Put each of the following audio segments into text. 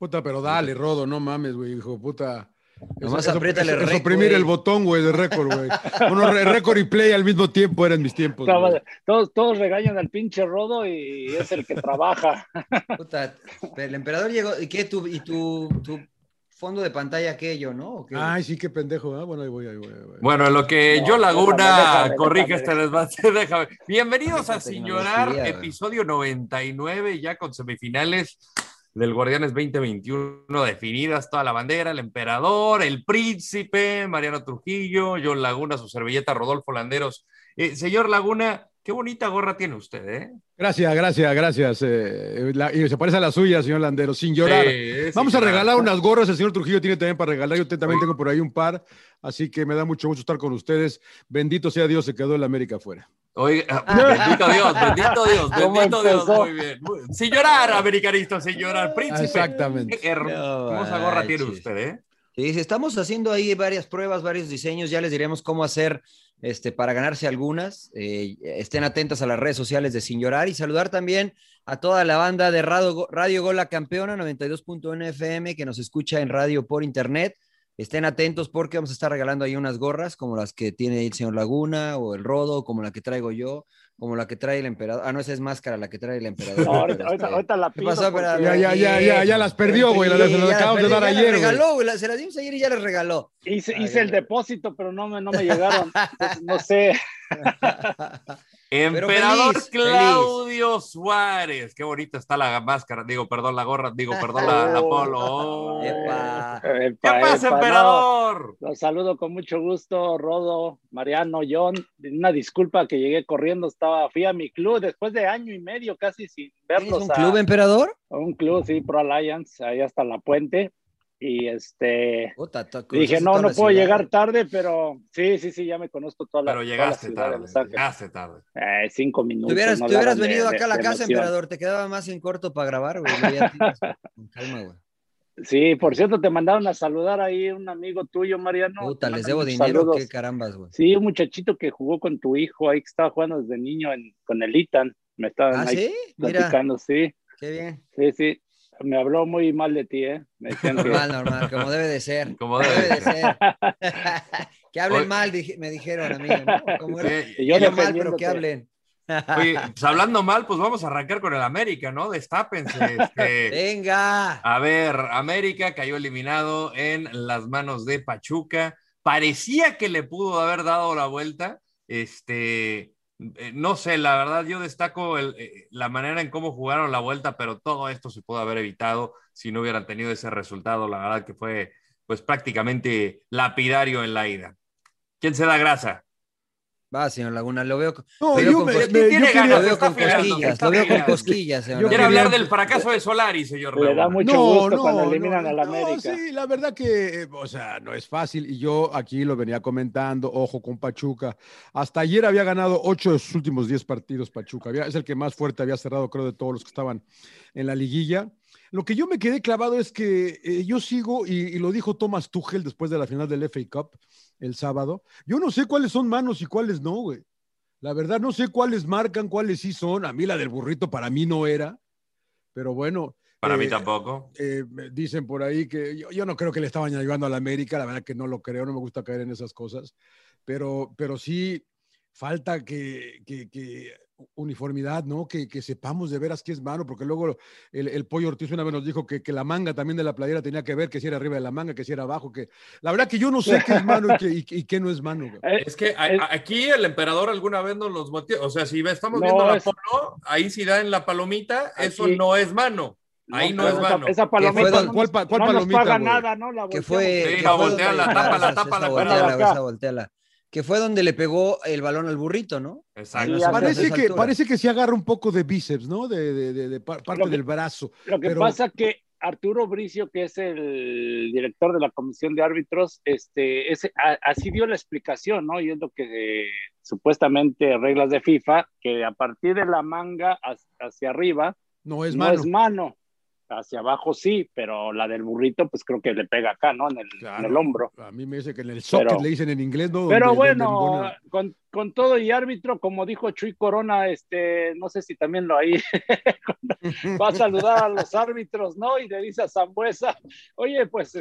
Puta, pero dale, Rodo, no mames, güey, hijo, puta. Nomás apriétale es rec, oprimir güey. el botón, güey, de récord, güey. Bueno, récord y play al mismo tiempo eran mis tiempos, güey. Todos regañan al pinche Rodo y es el que trabaja. Puta, el emperador llegó. ¿Y qué? ¿Tu fondo de pantalla aquello, ¿no? ¿O qué? Ay, sí, qué pendejo, ¿eh? Bueno, ahí voy. Bueno, en lo que No, yo Laguna déjame. corrige este desvase, déjame. Bienvenidos a Sin Llorar, Tecnología, güey. episodio 99, ya con semifinales del Guardianes 2021 definidas, toda la bandera, el emperador, el príncipe, Mariano Trujillo, John Laguna, su servilleta, Rodolfo Landeros. Señor Laguna, qué bonita gorra tiene usted, ¿eh? Gracias. Y se parece a la suya, señor Landero, sin llorar. Vamos a regalar unas gorras, el señor Trujillo tiene también para regalar, yo también tengo por ahí un par, así que me da mucho gusto estar con ustedes. Bendito sea Dios, se quedó el América afuera. Oiga, bendito Dios, muy bien. Sin llorar, americanista, sin llorar, príncipe. Exactamente. Qué hermosa gorra tiene usted, ¿eh? Sí, estamos haciendo ahí varias pruebas, varios diseños, ya les diremos cómo hacer para ganarse algunas. Estén atentas a las redes sociales de Sin Llorar y saludar también a toda la banda de Radio Gol La Campeona 92.1 FM que nos escucha en radio por internet. Estén atentos porque vamos a estar regalando ahí unas gorras como las que tiene el señor Laguna o el Rodo, como la que traigo yo, como la que trae el emperador. Ah, no, esa es máscara la que trae el emperador. No, ahorita la pido. Pasó, Ya las perdió, güey. Se las acabamos de dar ayer, güey. Regaló, güey. Se las dimos ayer y ya las regaló. Hice el depósito, pero no me llegaron. Entonces, no sé. Emperador feliz, Claudio Suárez. Qué bonita está la máscara. La gorra. La polo. Oh. ¿Qué pasa, emperador? No, los saludo con mucho gusto, Rodo, Mariano, John. Una disculpa que llegué corriendo. Fui a mi club después de año y medio casi sin verlos. ¿Tienes un club, emperador? Un club, sí, Pro Alliance, ahí hasta La Puente. Y dije, no puedo llegar tarde, pero sí, ya me conozco toda la Pero llegaste toda la tarde, llegaste tarde. 5 minutos. Te hubieras venido acá a la casa, emperador, te quedaba más en corto para grabar, güey. Con calma, güey. Sí, por cierto, te mandaron a saludar ahí un amigo tuyo, Mariano. Puta, les debo dinero, qué carambas, güey. Sí, un muchachito que jugó con tu hijo, ahí que estaba jugando desde niño con el Itan. Me estaban ahí platicando, sí. Qué bien. Sí. Me habló muy mal de ti, ¿eh? Me decían normal, como debe de ser. Como debe de ser. Que hablen mal, me dijeron a mí, ¿no? Como yo mal, pero que hablen. Oye, pues hablando mal, pues vamos a arrancar con el América, ¿no? Destápense. ¡Venga! A ver, América cayó eliminado en las manos de Pachuca. Parecía que le pudo haber dado la vuelta. No sé, la verdad yo destaco la manera en cómo jugaron la vuelta, pero todo esto se pudo haber evitado si no hubieran tenido ese resultado. La verdad que fue pues prácticamente lapidario en la ida. ¿Quién se da grasa? Va, señor Laguna, lo veo con cosquillas. Quiere hablar del fracaso de Solari, señor Laguna. Le da mucho gusto cuando eliminan a la América. Sí, la verdad que, no es fácil. Y yo aquí lo venía comentando, ojo con Pachuca. Hasta ayer había ganado 8 de sus últimos 10 partidos Pachuca. Es el que más fuerte había cerrado, creo, de todos los que estaban en la liguilla. Lo que yo me quedé clavado es que yo sigo, y lo dijo Thomas Tuchel después de la final del FA Cup el sábado, yo no sé cuáles son manos y cuáles no, güey. La verdad no sé cuáles marcan, cuáles sí son. A mí la del burrito para mí no era, pero bueno. Para mí tampoco. Dicen por ahí que yo no creo que le estaban ayudando a la América, la verdad que no lo creo, no me gusta caer en esas cosas, pero sí falta que uniformidad, ¿no? Que sepamos de veras qué es mano, porque luego el Pollo Ortiz una vez nos dijo que la manga también de la playera tenía que ver, que si era arriba de la manga, que si era abajo, que la verdad que yo no sé qué es mano y qué no es mano. Es que aquí el emperador alguna vez nos los motiva, o sea, si estamos viendo la polo, ahí si da en la palomita, eso no es mano. Ahí no es mano. Esa palomita ¿Cuál palomita, no nos paga güey? nada, ¿no? La volteala. Que fue donde le pegó el balón al burrito, ¿no? Exacto. Parece que sí agarra un poco de bíceps, ¿no? De parte del brazo. Lo que pasa que Arturo Bricio, que es el director de la comisión de árbitros, así dio la explicación, ¿no? Y es lo que supuestamente reglas de FIFA, que a partir de la manga hacia arriba no es mano. hacia abajo sí, pero la del burrito, pues creo que le pega acá, ¿no? En el hombro. A mí me dice que en el socket le dicen en inglés, ¿no? Pero bueno, con todo y árbitro, como dijo Chuy Corona, no sé si también lo ahí va a saludar a los árbitros, ¿no? Y le dice a Sambuesa, oye, pues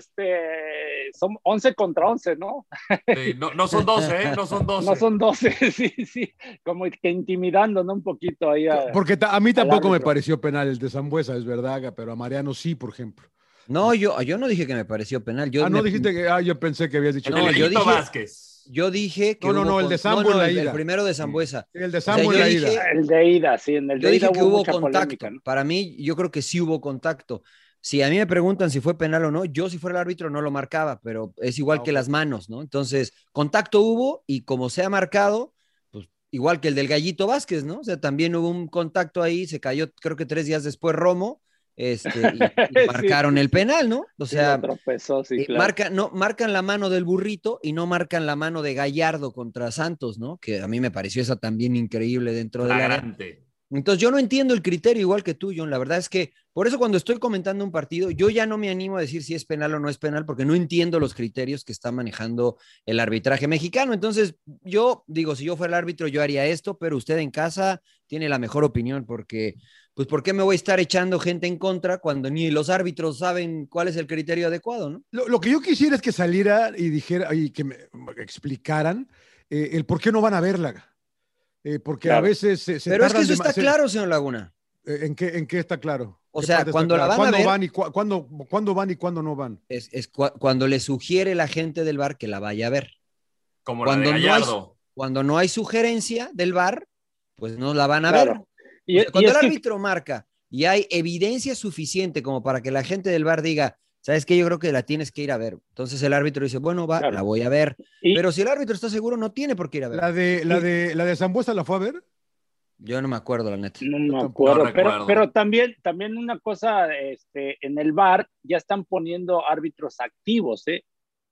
son 11 contra 11, ¿no? Sí, no son 12, ¿eh? No son 12. No son 12, sí, como que intimidando, ¿no? Un poquito ahí. Porque a mí tampoco me pareció penal el de Sambuesa, es verdad, pero a Mariano sí, por ejemplo. No, yo no dije que me pareció penal. No dijiste que. Yo pensé que habías dicho. No, el yo dije Vázquez. Yo dije que. No, el de Sambo en la ida. El primero de Sambuesa. El de Sambo en la ida. El de ida, sí, en el de ida. Yo dije que hubo contacto. Polémica, ¿no? Para mí, yo creo que sí hubo contacto. Si a mí me preguntan si fue penal o no, yo si fuera el árbitro no lo marcaba, pero es igual que las manos, ¿no? Entonces, contacto hubo y como se ha marcado, pues igual que el del Gallito Vázquez, ¿no? O sea, también hubo un contacto ahí, se cayó creo que 3 días después Romo. Y marcaron el penal, ¿no? O sea, tropezó, sí, claro. marcan la mano del burrito y no marcan la mano de Gallardo contra Santos, ¿no? Que a mí me pareció esa también increíble dentro del área. Entonces yo no entiendo el criterio igual que tú, John. La verdad es que por eso cuando estoy comentando un partido, yo ya no me animo a decir si es penal o no es penal, porque no entiendo los criterios que está manejando el arbitraje mexicano. Entonces yo digo, si yo fuera el árbitro, yo haría esto, pero usted en casa tiene la mejor opinión, porque pues ¿por qué me voy a estar echando gente en contra cuando ni los árbitros saben cuál es el criterio adecuado, ¿no? Lo que yo quisiera es que saliera y dijera y que me explicaran el por qué no van a verla. Porque claro. A veces pero es que eso está claro, señor Laguna. ¿En qué está claro? O sea, cuando la van a ver... ¿Cuándo van y cuándo no van? Cuando le sugiere la gente del VAR que la vaya a ver. Como cuando la de Gallardo. Cuando no hay sugerencia del VAR, pues no la van a ver. Cuando el árbitro marca y hay evidencia suficiente como para que la gente del VAR diga, ¿sabes qué? Yo creo que la tienes que ir a ver. Entonces el árbitro dice, bueno, va, la voy a ver. Pero si el árbitro está seguro, no tiene por qué ir a ver. ¿La de Sambuesa la fue a ver? Yo no me acuerdo, la neta. No me acuerdo, pero también una cosa, en el VAR ya están poniendo árbitros activos, ¿eh?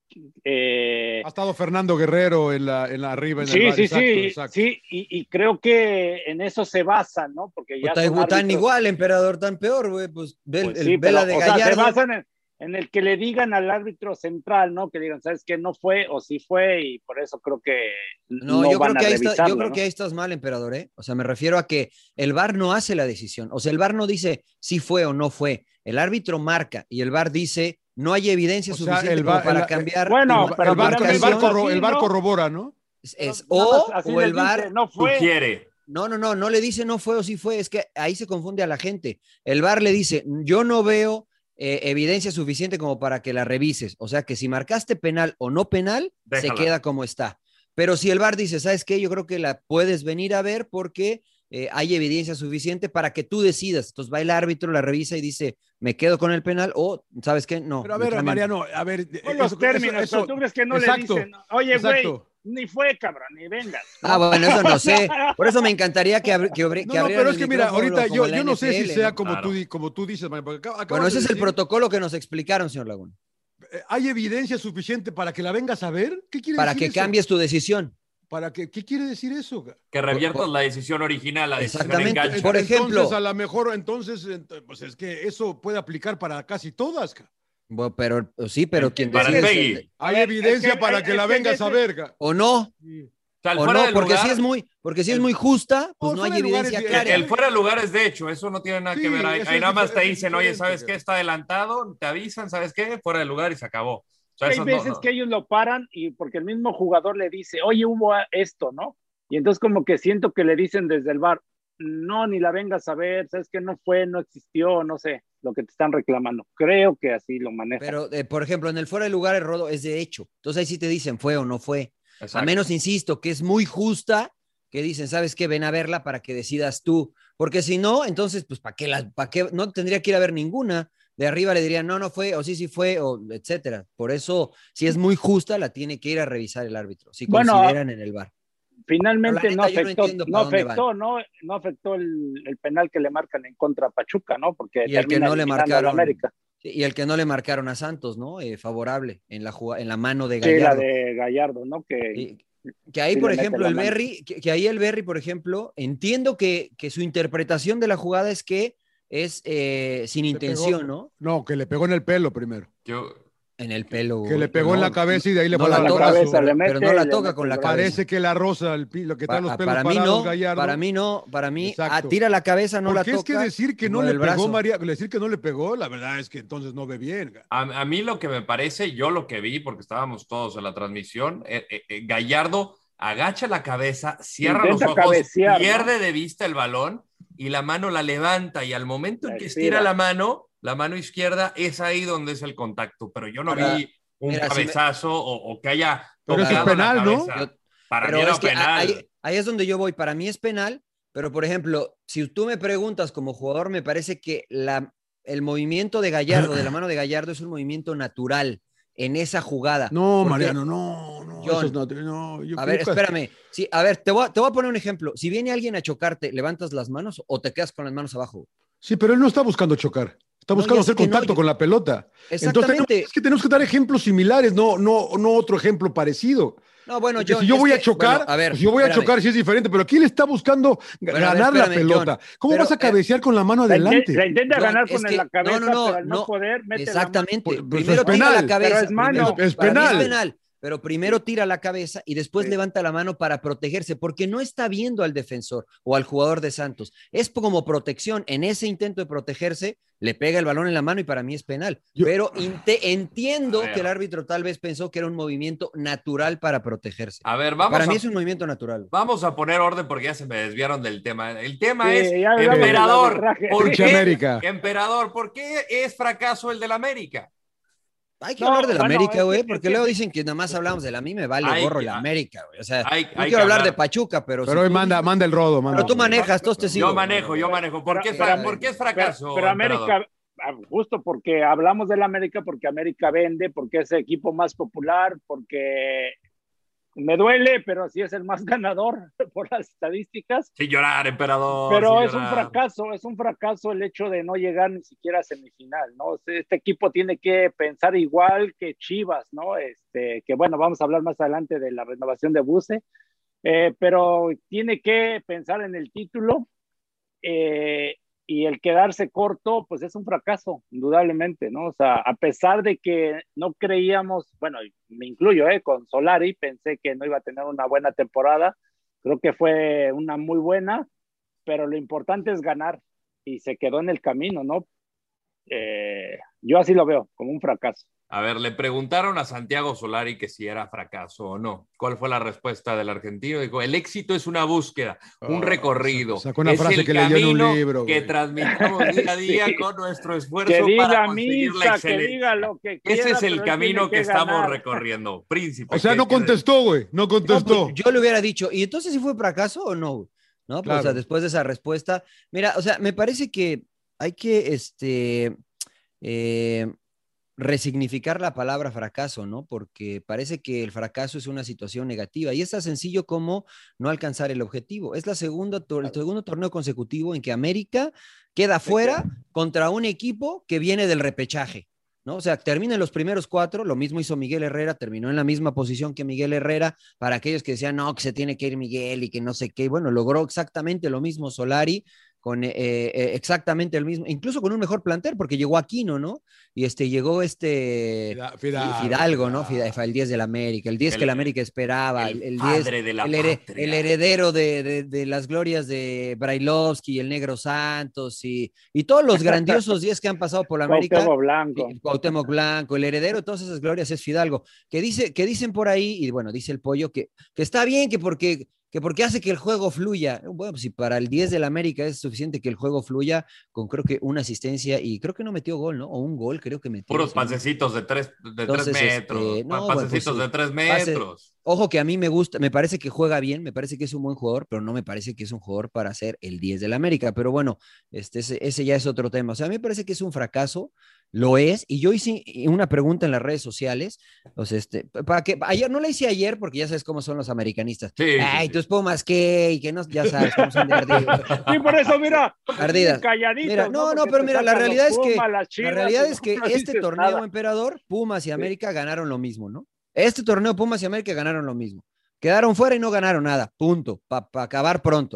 Ha estado Fernando Guerrero en la arriba en el VAR. Sí, y creo que en eso se basan, ¿no? Porque ya tan igual, emperador, tan peor, güey, pues ve la de Gallardo. Se basan en el que le digan al árbitro central, ¿no? Que digan, ¿sabes qué? No fue o sí fue, y por eso creo que yo creo que ahí estás mal, emperador, ¿eh? O sea, me refiero a que el VAR no hace la decisión. O sea, el VAR no dice si fue o no fue. El árbitro marca y el VAR dice no hay evidencia suficiente para cambiar. Bueno, pero el VAR corrobora, ¿no? O el VAR no fue. Sugiere. No le dice no fue o sí fue, es que ahí se confunde a la gente. El VAR le dice, yo no veo evidencia suficiente como para que la revises. O sea que si marcaste penal o no penal, déjala. Se queda como está. Pero si el VAR dice, ¿sabes qué? Yo creo que la puedes venir a ver porque hay evidencia suficiente para que tú decidas. Entonces va el árbitro, la revisa y dice, me quedo con el penal o, ¿sabes qué? No. Pero a ver, Mariano, a ver. Con los términos, ¿tú crees que no exacto, le dicen? Oye, güey, ni fue, cabrón, ni vengas. Bueno, eso no sé. Por eso me encantaría que abrieran pero es que mira, ahorita yo no sé si sea como tú dices, Mariano. Bueno, ese es el protocolo que nos explicaron, señor Laguna. ¿Hay evidencia suficiente para que la vengas a ver? ¿Qué quiere para decir que eso? Cambies tu decisión. ¿Qué quiere decir eso? Que reviertas la decisión original, la decisión exactamente. Enganche. Por ejemplo, entonces, a lo mejor, pues es que eso puede aplicar para casi todas. Bueno, pero quien decide hay evidencia para que la vengas a ver. ¿O no? Sí. O sea, o no, porque si es muy justa, pues no hay evidencia clara. El fuera de lugar es de hecho, eso no tiene nada que ver. Ahí nada más te dicen, oye, ¿sabes qué? Está adelantado, te avisan, ¿sabes qué? Fuera de lugar y se acabó. O sea, hay veces que ellos lo paran y porque el mismo jugador le dice, oye, hubo esto, ¿no? Y entonces como que siento que le dicen desde el VAR, no, ni la vengas a ver, ¿sabes qué? No fue, no existió, no sé, lo que te están reclamando. Creo que así lo manejan. Pero, por ejemplo, en el fuera de lugar el rodo es de hecho. Entonces ahí sí te dicen fue o no fue. Exacto. A menos, insisto, que es muy justa, que dicen, ¿sabes qué? Ven a verla para que decidas tú. Porque si no, entonces, pues, ¿para qué? No tendría que ir a ver ninguna. De arriba le dirían, no fue, o sí fue, o etcétera. Por eso, si es muy justa, la tiene que ir a revisar el árbitro, si consideran en el VAR. Finalmente no afectó el penal que le marcan en contra a Pachuca, ¿no? Porque y el que no le marcaron América. Y el que no le marcaron a Santos, ¿no? Favorable en la mano de Gallardo. Sí, la de Gallardo, ¿no? Que ahí, por ejemplo, el Berry, que ahí el Berry, por ejemplo, entiendo que su interpretación de la jugada es que es sin Le intención, pegó- ¿no? No, que le pegó en el pelo primero. Yo, En el pelo. Que le güey, pegó pero en no, la cabeza y de ahí le no fue a la dar el toca, brazo. cabeza, le pero mete- no la le toca mete con el la brazo. cabeza. Parece que la rosa, lo que trae los pelos Para mí parados, no, Gallardo. para mí no, para mí, Exacto. tira la cabeza, no la Porque es que toca. decir que y no mueve le el pegó, brazo. María, decir que no le pegó, la verdad es que entonces no ve bien. a mí lo que me parece, yo lo que vi, porque estábamos todos en la transmisión, Gallardo agacha la cabeza, cierra los Intenta ojos, cabecear, pierde ¿no? de vista el balón y la mano la levanta y al momento en La que estira. estira la mano izquierda es ahí donde es el contacto, pero yo no Ahora, vi un mira, cabezazo o que haya Pero eso es tocado la penal, ¿no? cabeza. Para mí pero era es que penal. ahí es donde yo voy. Para mí es penal, pero por ejemplo, si tú me preguntas como jugador, me parece que el movimiento de Gallardo, de la mano de Gallardo, es un movimiento natural en esa jugada. No, Porque, Mariano, no, John, eso es no, a ver, espérame. Sí, a ver, te voy a poner un ejemplo. Si viene alguien a chocarte, ¿levantas las manos o te quedas con las manos abajo? Sí, pero él no está buscando chocar, está No, buscando ya sé hacer que no, contacto con la pelota. Exactamente. Entonces tenemos que dar ejemplos similares, no otro ejemplo parecido. No, bueno, Porque John, si yo es voy a que, chocar, bueno, a ver, pues yo voy a espérame. chocar si es diferente, pero aquí él está buscando Bueno, a ver, ganar la espérame, pelota. John, ¿Cómo pero, vas a cabecear con la mano adelante? La intenta John, ganar es con que la cabeza, no, pero al no poder, mete exactamente. Pues Primero es tira la penal. cabeza, Pero es mano. Es para mí es penal. penal, pero primero tira la cabeza y después Sí. levanta la mano para protegerse, porque no está viendo al defensor o al jugador de Santos. Es como protección. En ese intento de protegerse, le pega el balón en la mano y para mí es penal. Pero entiendo que el árbitro tal vez pensó que era un movimiento natural para protegerse. A ver, Para mí es un movimiento natural. Vamos a poner orden porque ya se me desviaron del tema. El tema Sí, es, ya hablamos del emperador, arbitraje. ¿por Pinche qué, América. emperador, ¿por qué es fracaso el del América? Hay que No, hablar de la bueno, América, es güey, que- porque es que- luego dicen que nada más hablamos de la. A mí me vale Hay gorro que- la América, güey. O sea, hay no que quiero hablar hablar. de Pachuca, pero Pero hoy tú dices- manda el rodo, manda. Pero tú el rodo. manejas, todos te sigo. Yo manejo. ¿Por qué es fracaso, Pero emperador? América, justo porque hablamos del América, porque América vende, porque es el equipo más popular, porque me duele, pero sí es el más ganador por las estadísticas. Sin llorar, emperador. Pero sin es un llorar. fracaso el hecho de no llegar ni siquiera a semifinal, ¿no? Este equipo tiene que pensar igual que Chivas, ¿no? Que bueno, vamos a hablar más adelante de la renovación de Buse, pero tiene que pensar en el título, y el quedarse corto, pues es un fracaso, indudablemente, ¿no? O sea, a pesar de que no creíamos, bueno, me incluyo, con Solari, pensé que no iba a tener una buena temporada, creo que fue una muy buena, pero lo importante es ganar, y se quedó en el camino, ¿no? Yo así lo veo, como un fracaso. A ver, le preguntaron a Santiago Solari que si era fracaso o no. ¿Cuál fue la respuesta del argentino? Dijo, el éxito es una búsqueda, un recorrido. Sacó una es frase el que leyó en un camino libro, que güey. transmitamos día a día Sí. con nuestro esfuerzo Que para diga conseguir la misa, que excelencia. diga lo que quiera. Ese es pero el él camino tiene que estamos ganar. recorriendo, príncipe. O sea, no ¿Qué- contestó, güey, no No, contestó. pues, yo le hubiera dicho, ¿y entonces sí fue fracaso o no? ¿No? Pues, Claro. o sea, después de esa respuesta, mira, o sea, me parece que hay que resignificar la palabra fracaso, ¿no? Porque parece que el fracaso es una situación negativa y es tan sencillo como no alcanzar el objetivo. Es el segundo torneo consecutivo en que América queda fuera contra un equipo que viene del repechaje, ¿no? O sea, termina en los primeros 4, lo mismo hizo Miguel Herrera, terminó en la misma posición que Miguel Herrera, para aquellos que decían, no, que se tiene que ir Miguel y que no sé qué, bueno, logró exactamente lo mismo Solari, con exactamente el mismo, incluso con un mejor plantel, porque llegó Aquino, ¿no? Y llegó Fidalgo, ¿no? El 10 del América, el 10 que el América esperaba, el 10, padre de la patria. el heredero de las glorias de Brailovsky y el Negro Santos y todos los grandiosos 10 que han pasado por la América. Cuauhtémoc Blanco, el heredero de todas esas glorias es Fidalgo, que dicen por ahí, y bueno, dice el Pollo, que está bien, que porque hace que el juego fluya. Bueno, pues si para el 10 del América es suficiente que el juego fluya, con creo que una asistencia, y creo que no metió gol, ¿no? O un gol creo que metió. Puros pasecitos de 3 metros. No, pasecitos bueno, pues, de 3 metros. Ojo que a mí me gusta, me parece que juega bien, me parece que es un buen jugador, pero no me parece que es un jugador para ser el 10 del América. Pero bueno, ese ya es otro tema. O sea, a mí me parece que es un fracaso, lo es, y yo hice una pregunta en las redes sociales, o sea, para que ayer, no la hice ayer porque ya sabes cómo son los americanistas. Sí, Ay, sí. tus Pumas, ¿qué? Y que no, ya sabes cómo son de ardidos. Sí, por eso, mira, Ardidas. calladitos. Mira, no, Porque pero te mira, la sacan realidad los es que, Pumas, las Chivas, la realidad y es que no este dices torneo, nada. emperador, Pumas y América ganaron lo mismo, ¿no? Este torneo, Pumas y América ganaron lo mismo. Quedaron fuera y no ganaron nada, punto, para acabar pronto.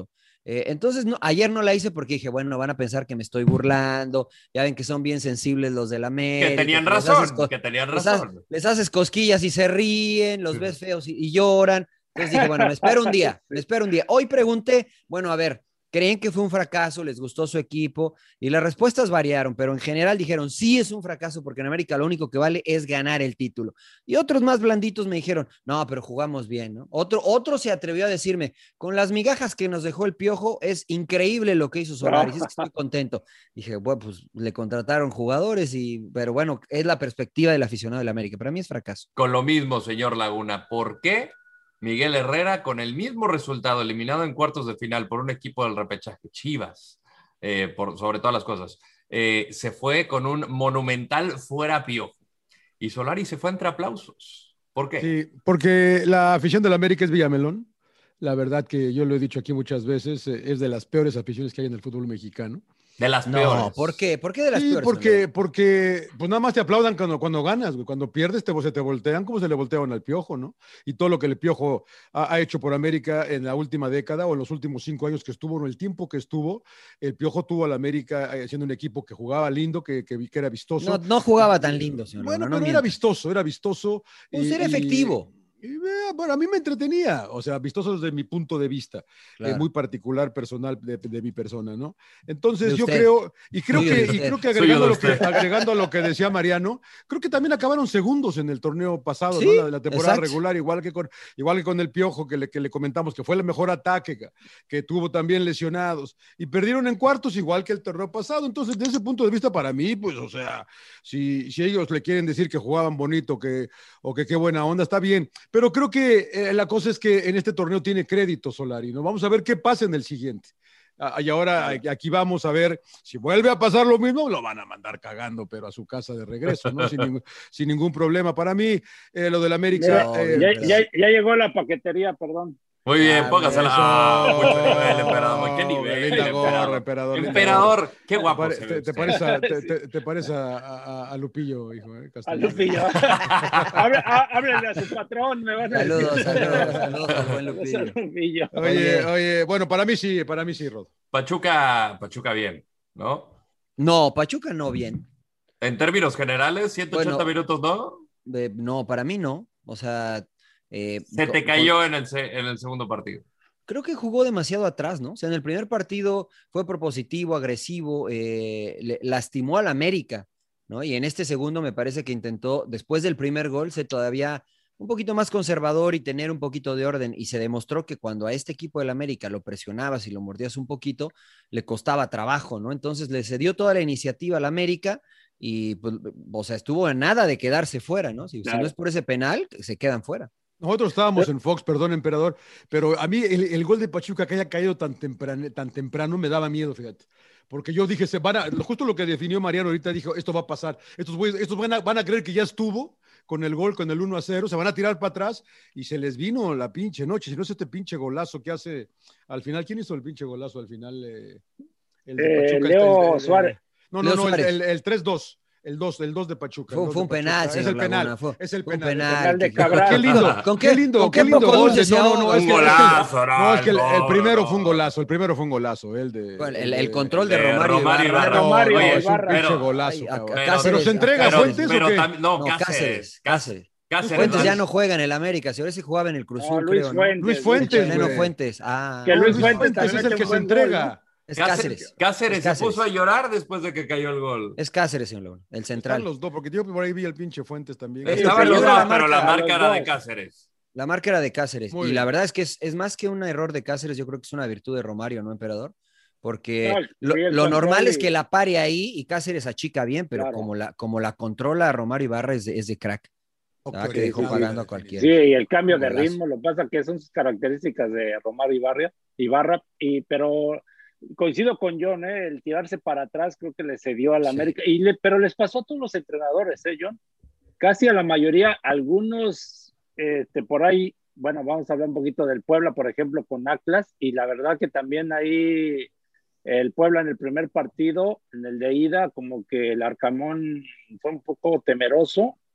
Entonces, no, ayer no la hice porque dije, bueno, van a pensar que me estoy burlando, ya ven que son bien sensibles los del América. Que tenían razón, que tenían razón. Les haces cosquillas y se ríen, los ves feos y lloran. Entonces dije, bueno, me espero un día. Hoy pregunté, bueno, a ver, ¿creen que fue un fracaso? ¿Les gustó su equipo? Y las respuestas variaron, pero en general dijeron, sí es un fracaso porque en América lo único que vale es ganar el título. Y otros más blanditos me dijeron, no, pero jugamos bien, ¿no? Otro se atrevió a decirme, con las migajas que nos dejó el Piojo, es increíble lo que hizo Solari, es que estoy contento. Dije, bueno, pues le contrataron jugadores, pero bueno, es la perspectiva del aficionado del América. Para mí es fracaso. Con lo mismo, señor Laguna, ¿por qué Miguel Herrera, con el mismo resultado, eliminado en cuartos de final por un equipo del repechaje, Chivas, sobre todas las cosas, se fue con un monumental fuera Piojo? Y Solari se fue entre aplausos. ¿Por qué? Sí, porque la afición del América es Villamelón. La verdad que yo lo he dicho aquí muchas veces, es de las peores aficiones que hay en el fútbol mexicano. De las peores. No, ¿por qué? ¿Por qué de las Sí, peores? porque pues nada más te aplaudan cuando ganas, güey. Cuando pierdes se te voltean como se le voltearon al Piojo, ¿no? Y todo lo que el Piojo ha hecho por América en la última década o en los últimos 5 años que estuvo, en el tiempo que estuvo, el Piojo tuvo al América siendo un equipo que jugaba lindo, que era vistoso. No jugaba tan lindo, señor. Bueno, Laguna, pero era vistoso. Pues era efectivo. Bueno, a mí me entretenía, o sea, vistoso desde mi punto de vista, Claro. muy particular, personal de mi persona, ¿no? Entonces De yo usted. creo que agregando a lo que decía Mariano, creo que también acabaron segundos en el torneo pasado, Sí, ¿no? La temporada exacto. regular, igual que con el Piojo, que le comentamos, que fue el mejor ataque, que tuvo también lesionados, y perdieron en cuartos igual que el torneo pasado. Entonces, desde ese punto de vista, para mí, pues, o sea, si ellos le quieren decir que jugaban bonito, o que qué buena onda, está bien. Pero creo que la cosa es que en este torneo tiene crédito Solari, ¿no? Vamos a ver qué pasa en el siguiente. Y ahora aquí vamos a ver si vuelve a pasar lo mismo, lo van a mandar cagando, pero a su casa de regreso, ¿no? sin ningún problema. Para mí, lo del América. Ya llegó la paquetería, perdón. Muy bien, póngasela. Mucho nivel, emperador. ¿Qué nivel? Linda gorra, emperador. Emperador, qué guapo. Te parece a Lupillo, hijo. A Lupillo. Háblenle a su patrón, me van a decir. Saludos al buen Lupillo. Oye, bueno, para mí sí, Rod. Pachuca bien, ¿no? No, Pachuca no bien. En términos generales, 180 minutos, ¿no? No, para mí no. O sea, se te cayó en el segundo partido. Creo que jugó demasiado atrás, ¿no? O sea, en el primer partido fue propositivo, agresivo, lastimó al América, ¿no? Y en este segundo me parece que intentó, después del primer gol, ser todavía un poquito más conservador y tener un poquito de orden. Y se demostró que cuando a este equipo del América lo presionabas y lo mordías un poquito, le costaba trabajo, ¿no? Entonces le cedió toda la iniciativa al América y, pues, o sea, estuvo en nada de quedarse fuera, ¿no? Si no es por ese penal, se quedan fuera. Nosotros estábamos en Fox, perdón, emperador, pero a mí el gol de Pachuca que haya caído tan temprano me daba miedo, fíjate. Porque yo dije, justo lo que definió Mariano ahorita, dijo, esto va a pasar. Estos van a creer que ya estuvo con el gol, con el 1-0, se van a tirar para atrás y se les vino la pinche noche. Si no es este pinche golazo que hace al final, ¿quién hizo el pinche golazo al final? El de Pachuca. Leo Suárez. No, el 3-2. El 2 de Pachuca. Fue un penal, es el penal. Laguna, es el penal. penal de Cabral. Qué lindo. ¿Con qué lindo gol. Un golazo. No, es que el primero fue un golazo. El primero fue un golazo. El control de Romario Ibarra. Romario es un pinche golazo. Pero se entrega Fuentes o qué? No, Cáceres. Fuentes ya no juega en el América, si ahora sí jugaba en el Cruz Azul, Luis creo, Fuentes, ¿no? Luis Fuentes. Fuentes. Que Luis Fuentes es el que se entrega. Es Cáceres. Cáceres se puso a llorar después de que cayó el gol. Es Cáceres, señor Laguna, el central. Están los dos, porque yo por ahí vi el pinche Fuentes también. Estaban los dos, pero la marca era de Cáceres. La marca era de Cáceres. Muy y bien. la verdad es que es más que un error de Cáceres, yo creo que es una virtud de Romario, ¿no, emperador? Porque lo normal es que la pare ahí y Cáceres achica bien, pero claro, como la controla Romario Ibarra es de crack. Que dejó pagando a cualquiera. Sí, y el cambio de ritmo, lo que pasa que son sus características de Romario Ibarra, pero coincido con John, el tirarse para atrás creo que le cedió a la América, pero les pasó a todos los entrenadores, John, casi a la mayoría, algunos por ahí, bueno, vamos a hablar un poquito del Puebla, por ejemplo, con Atlas, y la verdad que también ahí el Puebla en el primer partido, en el de ida, como que el Arcamón fue un poco temeroso,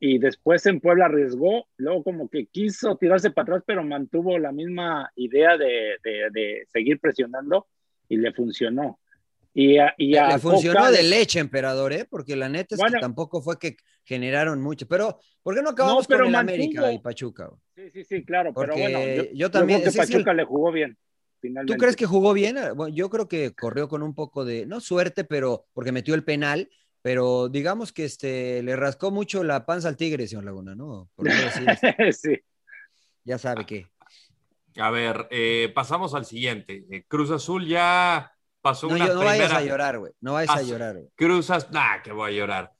y después en Puebla arriesgó, luego como que quiso tirarse para atrás, pero mantuvo la misma idea de seguir presionando y le funcionó. Le A funcionó Coca, de leche, emperador, ¿eh? Porque la neta es que bueno, tampoco fue que generaron mucho. Pero, ¿por qué no no, acabamos con pero el América y mantuvo. Pachuca, güey? Sí, claro, pero bueno, Porque yo yo creo también, que es que Pachuca le jugó bien, ¿tú crees finalmente. que jugó bien? Bueno, yo creo que corrió con un poco de, no suerte, pero porque metió el penal, pero digamos que le rascó mucho la panza al Tigre, señor Laguna, ¿no? Por no decir, Sí. ya sabe qué. A ver, pasamos al siguiente. Cruz Azul ya pasó No, una no vayas a primera. llorar, güey. No vayas a llorar, güey. Cruz Azul, nah, que voy a llorar.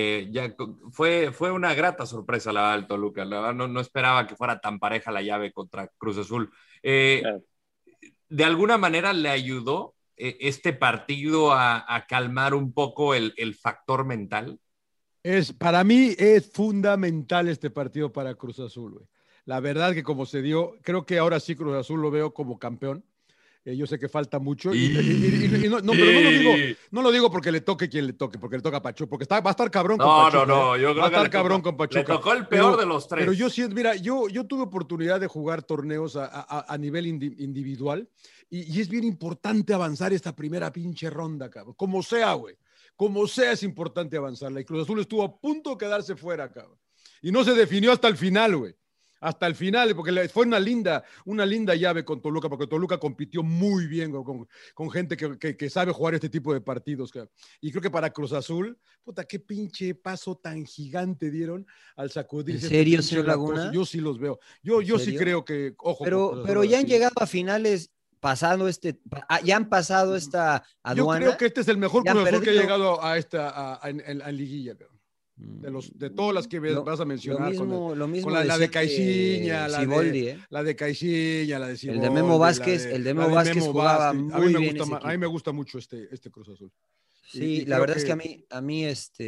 Fue una grata sorpresa la del Toluca. La verdad, no esperaba que fuera tan pareja la llave contra Cruz Azul. Claro. De alguna manera le ayudó este partido a calmar un poco el factor mental. Para mí es fundamental este partido para Cruz Azul, güey. La verdad que como se dio, creo que ahora sí Cruz Azul lo veo como campeón. Yo sé que falta mucho. Pero no lo digo porque le toque quien le toque, porque le toca a Pachuca, porque va a estar cabrón con Pachuca. No, yo creo va a estar que cabrón con Pachuca. Le tocó el peor de los tres. Pero yo siento, mira, yo tuve oportunidad de jugar torneos a nivel individual y es bien importante avanzar esta primera pinche ronda, cabrón. Como sea, güey. Como sea es importante avanzarla. Y Cruz Azul estuvo a punto de quedarse fuera, cabrón. Y no se definió hasta el final, güey. Hasta el final, porque fue una linda llave con Toluca, porque Toluca compitió muy bien con gente que sabe jugar este tipo de partidos. Cabrón. Y creo que para Cruz Azul, puta, qué pinche paso tan gigante dieron al sacudirse. ¿En serio, este señor Laguna? Yo sí los veo. Yo sí creo que, ojo. Pero ya han llegado a finales ya han pasado esta aduana. Yo creo que este es el mejor Cruz Azul que ha llegado en liguilla, cabrón. De todas las que vas a mencionar. Lo mismo con la de Caixinha, la de Caixinha, la de Siboldi, el de Memo Vázquez, jugaba muy bien. A mí me gusta mucho este Cruz Azul. Sí, la verdad es que a mí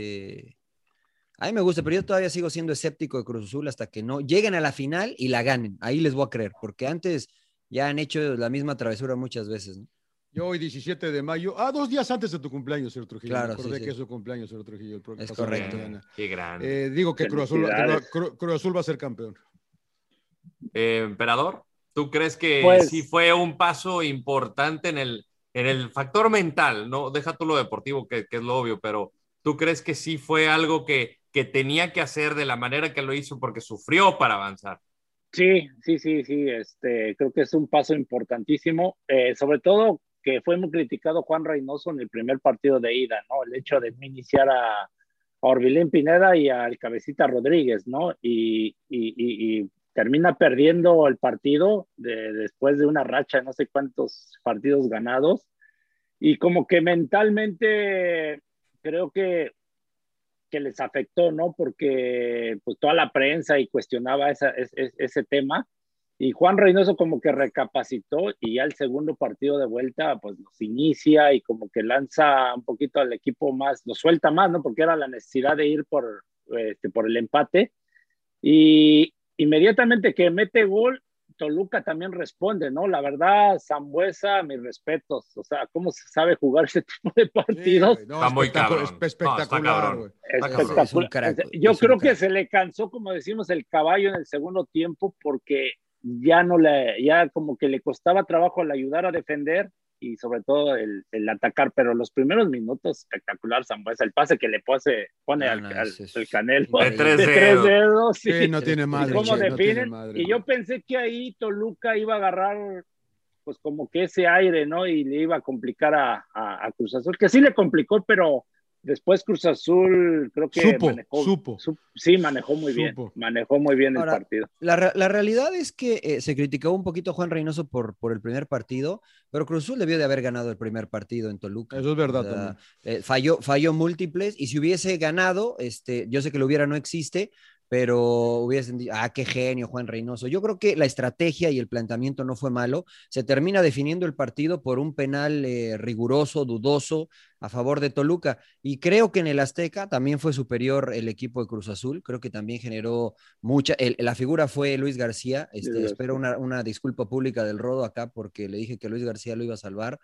me gusta, pero yo todavía sigo siendo escéptico de Cruz Azul hasta que no lleguen a la final y la ganen. Ahí les voy a creer, porque antes ya han hecho la misma travesura muchas veces, ¿no? Yo hoy, 17 de mayo, 2 días antes de tu cumpleaños, señor Trujillo. Claro, me acordé que es su cumpleaños, señor Trujillo. Es correcto. Qué grande. Digo que Cruz Azul va a ser campeón. Emperador, ¿tú crees que sí fue un paso importante en el factor mental? No, deja tú lo deportivo, que es lo obvio, pero ¿tú crees que sí fue algo que tenía que hacer de la manera que lo hizo porque sufrió para avanzar? Sí. Creo que es un paso importantísimo, sobre todo que fue muy criticado Juan Reynoso en el primer partido de ida, ¿no? El hecho de iniciar a Orbelín Pineda y al Cabecita Rodríguez, ¿no? Y termina perdiendo el partido después de una racha de no sé cuántos partidos ganados. Y como que mentalmente creo que les afectó, ¿no? Porque pues toda la prensa y cuestionaba ese tema. Y Juan Reynoso como que recapacitó y ya el segundo partido de vuelta pues los inicia y como que lanza un poquito al equipo más, lo suelta más, ¿no? Porque era la necesidad de ir por el empate. Y inmediatamente que mete gol, Toluca también responde, ¿no? La verdad, Sambuesa, mis respetos. O sea, ¿cómo se sabe jugar ese tipo de partidos? Sí, está muy cabrón. Espectacular, güey. Espectacular. Yo creo que se le cansó, como decimos, el caballo en el segundo tiempo porque ya como que le costaba trabajo al ayudar a defender y sobre todo el atacar, pero los primeros minutos espectacular Sambuesa, el pase que le pone al Canelo de tres dedos sí, no tiene madre, cómo definen, madre, y yo pensé que ahí Toluca iba a agarrar pues como que ese aire, ¿no? Y le iba a complicar a Cruz Azul, que sí le complicó, pero después Cruz Azul creo que manejó muy bien Ahora, el partido. La realidad es que se criticó un poquito a Juan Reynoso por el primer partido, pero Cruz Azul debió de haber ganado el primer partido en Toluca. Eso es verdad también. Falló múltiples, y si hubiese ganado, yo sé que lo hubiera no existe, pero hubiesen dicho, qué genio Juan Reynoso. Yo creo que la estrategia y el planteamiento no fue malo. Se termina definiendo el partido por un penal riguroso, dudoso, a favor de Toluca. Y creo que en el Azteca también fue superior el equipo de Cruz Azul. Creo que también generó la figura fue Luis García. Espero una disculpa pública del Rodo acá porque le dije que Luis García lo iba a salvar.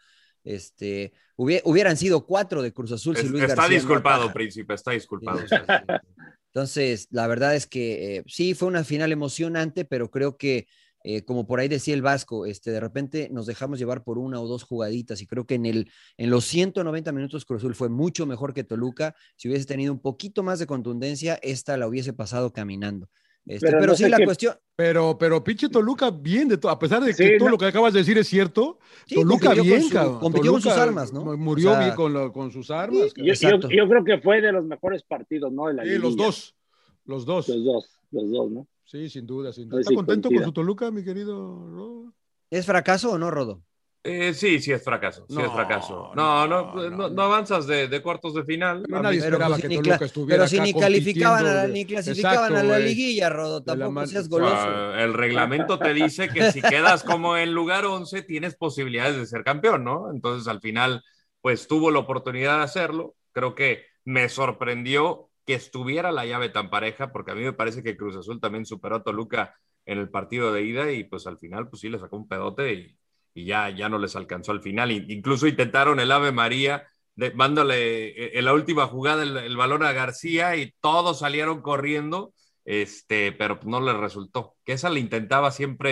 Hubieran sido 4 de Cruz Azul si Luis García Está disculpado, príncipe, está disculpado. Entonces, la verdad es que sí, fue una final emocionante, pero creo que, como por ahí decía el Vasco, de repente nos dejamos llevar por una o dos jugaditas y creo que en los 190 minutos Cruz Azul fue mucho mejor que Toluca. Si hubiese tenido un poquito más de contundencia, esta la hubiese pasado caminando. Pero Pero no sí, sé la qué. cuestión, Pero pinche Toluca bien, a pesar de que Sí, todo no, lo que acabas de decir es cierto, sí, Toluca bien, cabrón. compitió con sus Toluca armas, ¿no? O murió bien sea, con sus sí, armas, yo, cabrón. yo, exacto. yo creo que fue de los mejores partidos, ¿no? De la Sí, liguilla. los dos. Los dos, ¿no? Sí, sin duda, sin A duda. ver ¿Está si contento con coincida. su Toluca, mi querido Rodo? ¿Es fracaso o no, Rodo? Sí, sí es fracaso, sí es fracaso. No, No, no, no, no, no no. avanzas de cuartos de final. Pero A nadie mí, Pero esperaba pues que Toluca estuviera si acá ni calificaban compitiendo. ni clasificaban a Exacto, la güey. liguilla, Rodo, De la tampoco seas exacto. goloso. el reglamento te dice que si quedas como en lugar 11 tienes posibilidades de ser campeón, ¿no? Entonces al final, pues tuvo la oportunidad de hacerlo. Creo que me sorprendió que estuviera la llave tan pareja, porque a mí me parece que Cruz Azul también superó a Toluca en el partido de ida y pues al final, pues sí, le sacó un pedote y ya no les alcanzó al final. Incluso intentaron el Ave María, mándole en la última jugada el balón a García y todos salieron corriendo, pero no les resultó. Que esa le intentaba siempre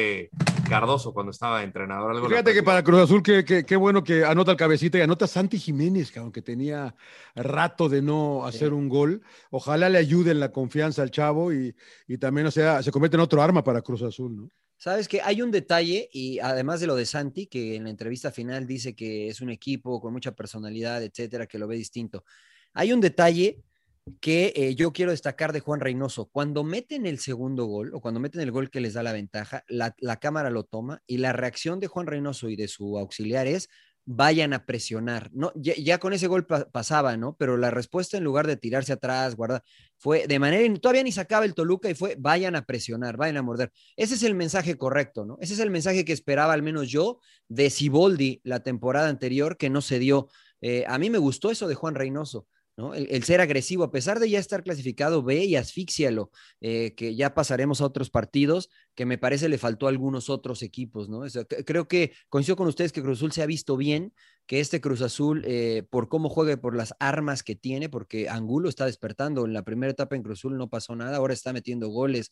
Cardoso cuando estaba entrenador. Y Algo le fíjate que pareció. para Cruz Azul, qué bueno que anota el cabecita y anota Santi Jiménez, cabrón, que tenía rato de no hacer Sí. un gol. Ojalá le ayuden la confianza al chavo y también, o sea, se convierte en otro arma para Cruz Azul, ¿no? Sabes que hay un detalle, y además de lo de Santi, que en la entrevista final dice que es un equipo con mucha personalidad, etcétera, que lo ve distinto. Hay un detalle que yo quiero destacar de Juan Reynoso. Cuando meten el segundo gol, o cuando meten el gol que les da la ventaja, la cámara lo toma, y la reacción de Juan Reynoso y de su auxiliar es: vayan a presionar. No, ya con ese gol pasaba, ¿no? Pero la respuesta, en lugar de tirarse atrás, guardar, fue de manera, todavía ni sacaba el Toluca, y fue: vayan a presionar, vayan a morder. Ese es el mensaje correcto, ¿no? Ese es el mensaje que esperaba, al menos yo, de Siboldi la temporada anterior, que no se dio. A mí me gustó eso de Juan Reynoso, ¿no? El ser agresivo, a pesar de ya estar clasificado, ve y asfixialo, que ya pasaremos a otros partidos, que me parece le faltó a algunos otros equipos, ¿no? O sea, creo que coincido con ustedes que Cruz Azul se ha visto bien, que Cruz Azul, por cómo juega y por las armas que tiene, porque Angulo está despertando. En la primera etapa en Cruz Azul no pasó nada, ahora está metiendo goles,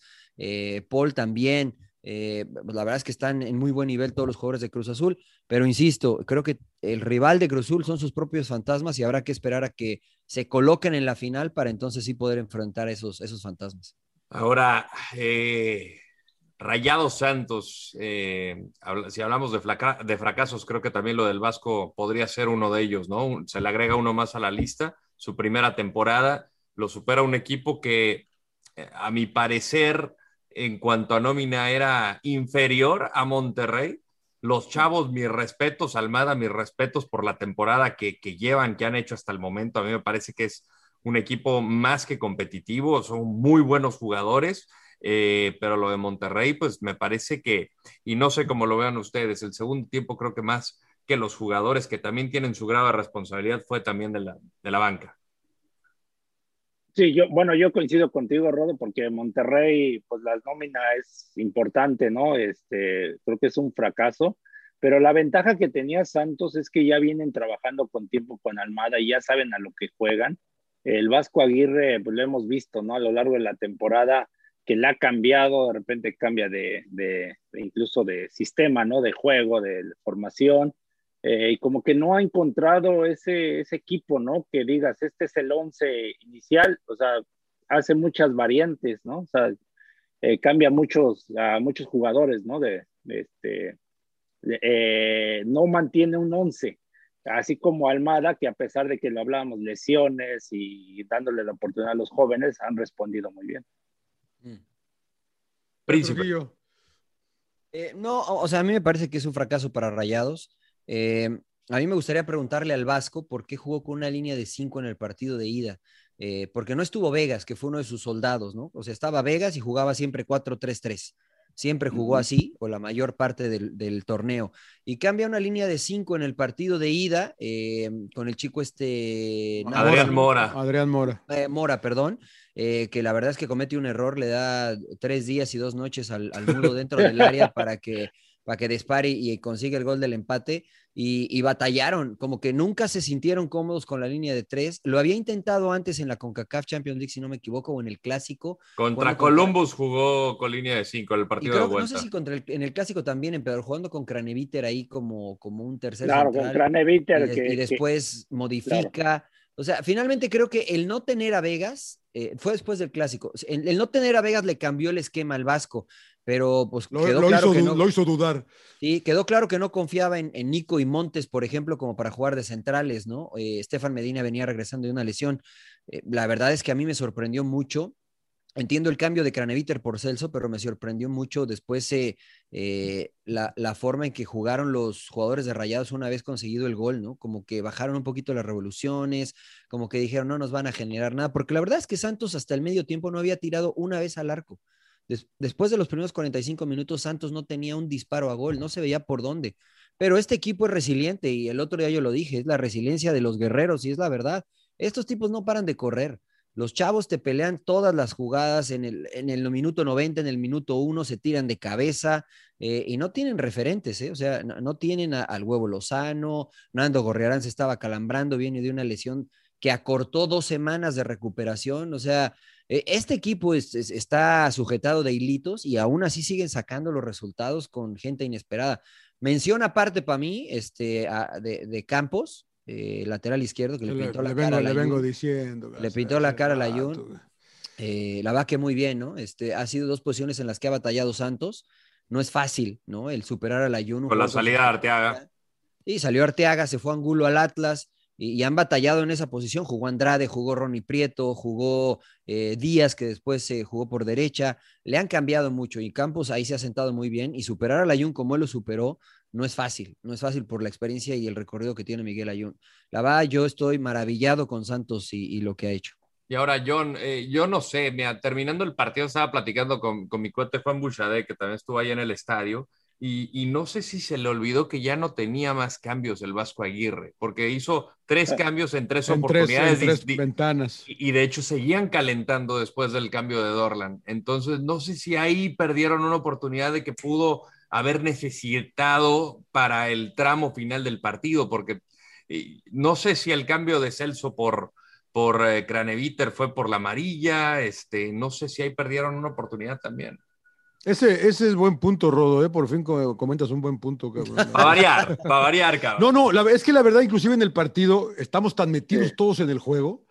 Paul también. La verdad es que están en muy buen nivel todos los jugadores de Cruz Azul, pero insisto, creo que el rival de Cruz Azul son sus propios fantasmas y habrá que esperar a que se coloquen en la final para entonces sí poder enfrentar esos fantasmas. Ahora, Rayados Santos, si hablamos de fracasos, creo que también lo del Vasco podría ser uno de ellos, ¿no? Se le agrega uno más a la lista. Su primera temporada lo supera un equipo que, a mi parecer, en cuanto a nómina, era inferior a Monterrey. Los chavos, mis respetos, Almada, mis respetos por la temporada que llevan, que han hecho hasta el momento. A mí me parece que es un equipo más que competitivo, son muy buenos jugadores. Pero lo de Monterrey, pues me parece que, y no sé cómo lo vean ustedes, el segundo tiempo creo que más que los jugadores, que también tienen su grave responsabilidad, fue también de la banca. Sí, yo coincido contigo, Rodo, porque Monterrey, pues la nómina es importante, ¿no? Creo que es un fracaso, pero la ventaja que tenía Santos es que ya vienen trabajando con tiempo con Almada y ya saben a lo que juegan. El Vasco Aguirre, pues lo hemos visto, ¿no? A lo largo de la temporada, que la ha cambiado, de repente cambia de incluso de sistema, ¿no? De juego, de formación. Y como que no ha encontrado ese equipo, ¿no? Que digas, este es el 11 inicial, o sea, hace muchas variantes, ¿no? O sea, cambia a muchos jugadores, ¿no? No mantiene un 11, así como Almada, que a pesar de que lo hablábamos, lesiones y dándole la oportunidad a los jóvenes, han respondido muy bien. Príncipe. No, o sea, a mí me parece que es un fracaso para Rayados. A mí me gustaría preguntarle al Vasco por qué jugó con una línea de 5 en el partido de ida. Porque no estuvo Vegas, que fue uno de sus soldados, ¿no? O sea, estaba Vegas y jugaba siempre 4-3-3. Siempre jugó así, o la mayor parte del torneo. Y cambia una línea de 5 en el partido de ida, con el chico Adrián Mora. Adrián Mora. Mora, perdón, que la verdad es que comete un error, le da 3 días y 2 noches al mudo dentro del área para que dispare y consiga el gol del empate. Y batallaron, como que nunca se sintieron cómodos con la línea de 3. Lo había intentado antes en la CONCACAF Champions League, si no me equivoco, o en el Clásico. Contra Columbus jugó con línea de 5 en el Y partido creo de que, no sé vuelta. si en el Clásico también, pero jugando con Craneviter ahí como un tercer Claro, central. con Craneviter. Y después modifica. Claro. O sea, finalmente creo que el no tener a Vegas, fue después del Clásico, el no tener a Vegas le cambió el esquema al Vasco, pero pues quedó claro que no. Lo hizo dudar. Sí, quedó claro que no confiaba en Nico y Montes, por ejemplo, como para jugar de centrales, ¿no? Estefan Medina venía regresando de una lesión. La verdad es que a mí me sorprendió mucho. Entiendo el cambio de Craneviter por Celso, pero me sorprendió mucho después la forma en que jugaron los jugadores de Rayados una vez conseguido el gol, ¿no? Como que bajaron un poquito las revoluciones, como que dijeron no nos van a generar nada, porque la verdad es que Santos hasta el medio tiempo no había tirado una vez al arco. Después de los primeros 45 minutos, Santos no tenía un disparo a gol, no se veía por dónde. Pero este equipo es resiliente y el otro día yo lo dije, es la resiliencia de los guerreros y es la verdad. Estos tipos no paran de correr. Los chavos te pelean todas las jugadas en el minuto 90, en el minuto 1, se tiran de cabeza y no tienen referentes, ¿eh? O sea, no tienen al Huevo Lozano, Nando Gorriarán se estaba calambrando, viene de una lesión que acortó 2 semanas de recuperación, o sea, este equipo está sujetado de hilitos y aún así siguen sacando los resultados con gente inesperada. Mención aparte para mí de Campos, lateral izquierdo, que le pintó la cara a la Le vengo Jun. diciendo. Le pintó la cara a la Jun. La va que muy bien, ¿no? Ha sido 2 posiciones en las que ha batallado Santos. No es fácil, ¿no? El superar a la Jun. Con la salida de Arteaga. Sí, salió Arteaga, se fue Angulo al Atlas y han batallado en esa posición. Jugó Andrade, jugó Ronnie Prieto, jugó Díaz, que después se jugó por derecha. Le han cambiado mucho y Campos ahí se ha sentado muy bien. Y superar a la Jun como él lo superó, no es fácil por la experiencia y el recorrido que tiene Miguel Ayun. La verdad, yo estoy maravillado con Santos y lo que ha hecho. Y ahora, John, yo no sé, mira, terminando el partido estaba platicando con mi cuate Juan Buchade, que también estuvo ahí en el estadio, y no sé si se le olvidó que ya no tenía más cambios el Vasco Aguirre, porque hizo 3 cambios en 3 oportunidades. En 3 ventanas. Y de hecho seguían calentando después del cambio de Dorlan. Entonces, no sé si ahí perdieron una oportunidad de que pudo haber necesitado para el tramo final del partido, porque no sé si el cambio de Celso por Craneviter fue por la amarilla, no sé si ahí perdieron una oportunidad también. Ese es buen punto, Rodo, por fin comentas un buen punto, cabrón. Para variar, cabrón. No, es que la verdad, inclusive en el partido, estamos tan metidos todos en el juego,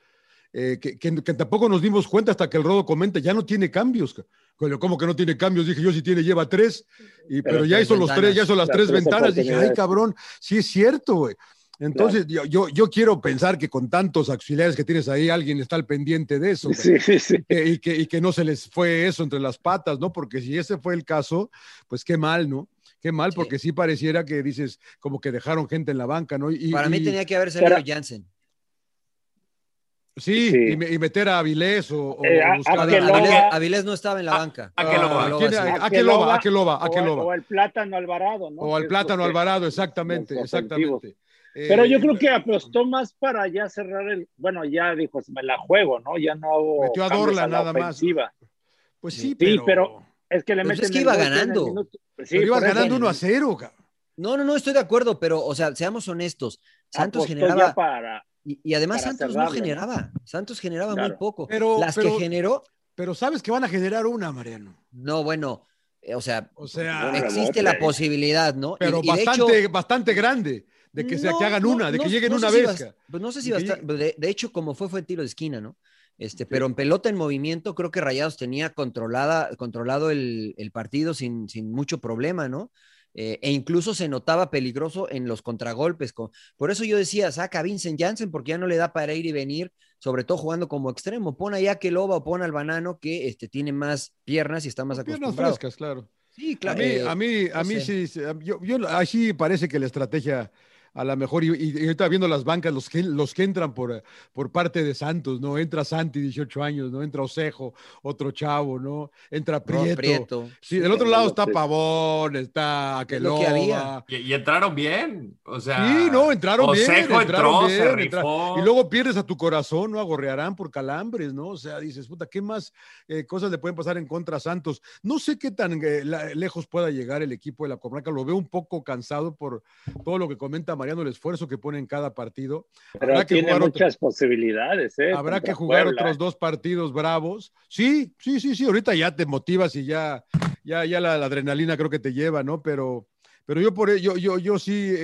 que tampoco nos dimos cuenta hasta que el Rodo comenta, ya no tiene cambios. ¿Cómo que no tiene cambios? Dije yo, si tiene, lleva 3, pero ya hizo los 3, ya hizo las 3 ventanas. Dije, ay, cabrón, sí es cierto, güey. Entonces, claro. yo quiero pensar que con tantos auxiliares que tienes ahí, alguien está al pendiente de eso. Sí. Y que no se les fue eso entre las patas, ¿no? Porque si ese fue el caso, pues qué mal, ¿no? Qué mal, porque sí pareciera que dices, como que dejaron gente en la banca, ¿no? Para mí tenía que haber salido Jansen. Sí. Y meter a Avilés o buscar Avilés no estaba en la banca. Aqueloba. O el Plátano Alvarado, ¿no? O el Plátano Alvarado, exactamente. Pero yo creo que apostó más para ya cerrar bueno, ya dijo, me la juego, ¿no? Ya no metió a Dorla nada más. Pues sí, pero es que le meten. Es que iba ganando. Pero ibas ganando 1-0, cabrón. No, estoy de acuerdo, pero, o sea, seamos honestos. Santos generaba. Y además Santos no generaba. Santos generaba muy poco. Que generó. Pero sabes que van a generar una, Mariano. No, bueno, o sea existe la posibilidad, ¿no? Pero bastante grande. De que que hagan una, de que lleguen una vez. Pues no sé si de hecho, como fue tiro de esquina, ¿no? Pero en pelota en movimiento, creo que Rayados tenía controlado el partido sin mucho problema, ¿no? E incluso se notaba peligroso en los contragolpes. Por eso yo decía, saca a Vincent Janssen, porque ya no le da para ir y venir, sobre todo jugando como extremo. Pon allá a Keloba o pon al Banano, que tiene más piernas y está más acostumbrado. Piernas frescas, claro. Sí, claro. A mí sí, yo así parece que la estrategia a lo mejor, y ahorita viendo las bancas, los que entran por parte de Santos, ¿no? Entra Santi, 18 años, ¿no? Entra Osejo, otro chavo, ¿no? Entra Prieto. Sí, del otro lado está Pavón, está Es lo que había. Aqueloba. Y entraron bien. O Sí, sea, no, entraron Osejo bien, entró, se bien. rifó. Y luego pierdes a tu corazón, ¿no? Agorrearán por calambres, ¿no? O sea, dices, puta, ¿qué más cosas le pueden pasar en contra a Santos? No sé qué tan lejos pueda llegar el equipo de la Comarca. Lo veo un poco cansado por todo lo que comenta Mariano, el esfuerzo que pone en cada partido. Pero Habrá que tiene jugar muchas posibilidades, ¿eh? Habrá Contra que jugar Puebla, otros 2 partidos bravos. Sí. Ahorita ya te motivas y ya la adrenalina creo que te lleva, ¿no? Pero yo sí,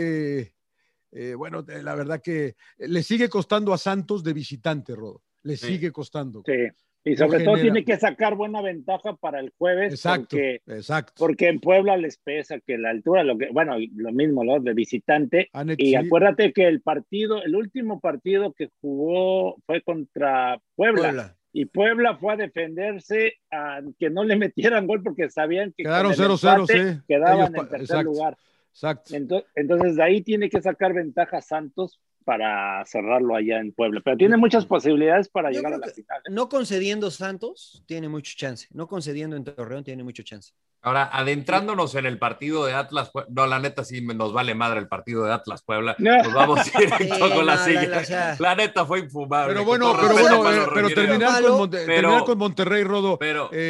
bueno, la verdad que le sigue costando a Santos de visitante, Rodo. Le sigue costando. Sí. Y No sobre todo genera. tiene que sacar buena ventaja para el jueves, Exacto. porque en Puebla les pesa que la altura, lo mismo, ¿no? De visitante. Y sí. acuérdate que el último partido que jugó fue contra Puebla. Y Puebla fue a defenderse a que no le metieran gol porque sabían que quedaron con el 0-0, empate quedaban en tercer lugar. Exacto. Entonces de ahí tiene que sacar ventaja Santos para cerrarlo allá en Puebla. Pero tiene muchas posibilidades para llegar a la final. No concediendo Santos, tiene mucho chance. No concediendo en Torreón, tiene mucho chance. Ahora, adentrándonos en el partido de Atlas, no, la neta sí nos vale madre el partido de Atlas Puebla. Nos vamos directo con la siguiente. La neta fue infumable. Pero bueno, terminar con Monterrey, Rodo.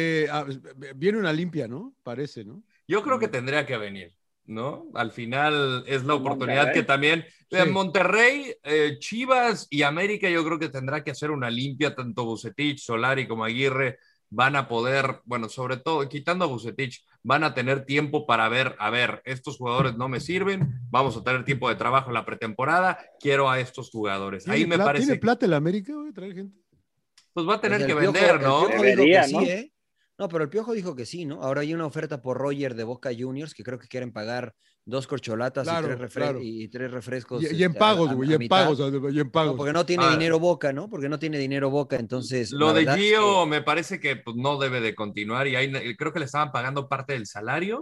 Viene una limpia, ¿no? Parece, ¿no? Yo creo que tendría que venir, ¿no? Al final es la oportunidad que también Monterrey, Chivas y América, yo creo que tendrá que hacer una limpia, tanto Vucetich, Solari como Aguirre van a poder, bueno, sobre todo quitando a Vucetich, van a tener tiempo para ver, a ver, estos jugadores no me sirven, vamos a tener tiempo de trabajo en la pretemporada, quiero a estos jugadores. Ahí me parece. ¿Tiene plata el América, güey, traer gente? Pues va a tener que vender, ¿no? El Piojo dijo que sí, ¿eh? No, pero el Piojo dijo que sí, ¿no? Ahora hay una oferta por Roger de Boca Juniors que creo que quieren pagar 2 corcholatas y 3 refrescos. Y en pagos, güey, y en pagos. No, porque no tiene dinero Boca, ¿no? Porque no tiene dinero Boca, entonces. Lo de Gio me parece que pues, no debe de continuar y ahí, creo que le estaban pagando parte del salario.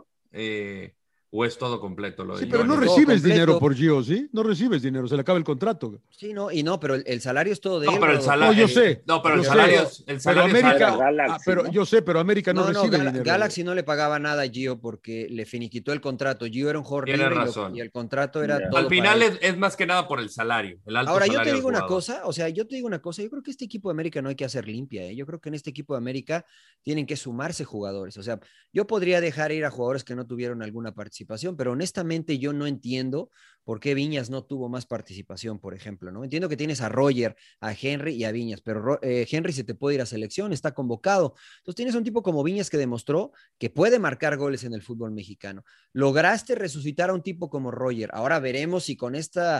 ¿O es todo completo? Lo de pero no recibes dinero por Gio, ¿sí? No recibes dinero, se le acaba el contrato. Sí, pero el salario es todo de él. Pero el salario, yo sé. No, pero el salario es. Pero América, yo sé, pero América no recibe dinero. Galaxy no le pagaba nada a Gio porque le finiquitó el contrato. Gio era un jugador libre y el contrato era todo. Al final es más que nada por el salario. Ahora, yo te digo una cosa, yo creo que este equipo de América no hay que hacer limpia, ¿eh? Yo creo que en este equipo de América tienen que sumarse jugadores. O sea, yo podría dejar ir a jugadores que no tuvieron alguna participación, pero honestamente yo no entiendo por qué Viñas no tuvo más participación, por ejemplo, ¿no? Entiendo que tienes a Roger, a Henry y a Viñas, pero Henry se te puede ir a selección, está convocado. Entonces tienes un tipo como Viñas que demostró que puede marcar goles en el fútbol mexicano. Lograste resucitar a un tipo como Roger. Ahora veremos si con esta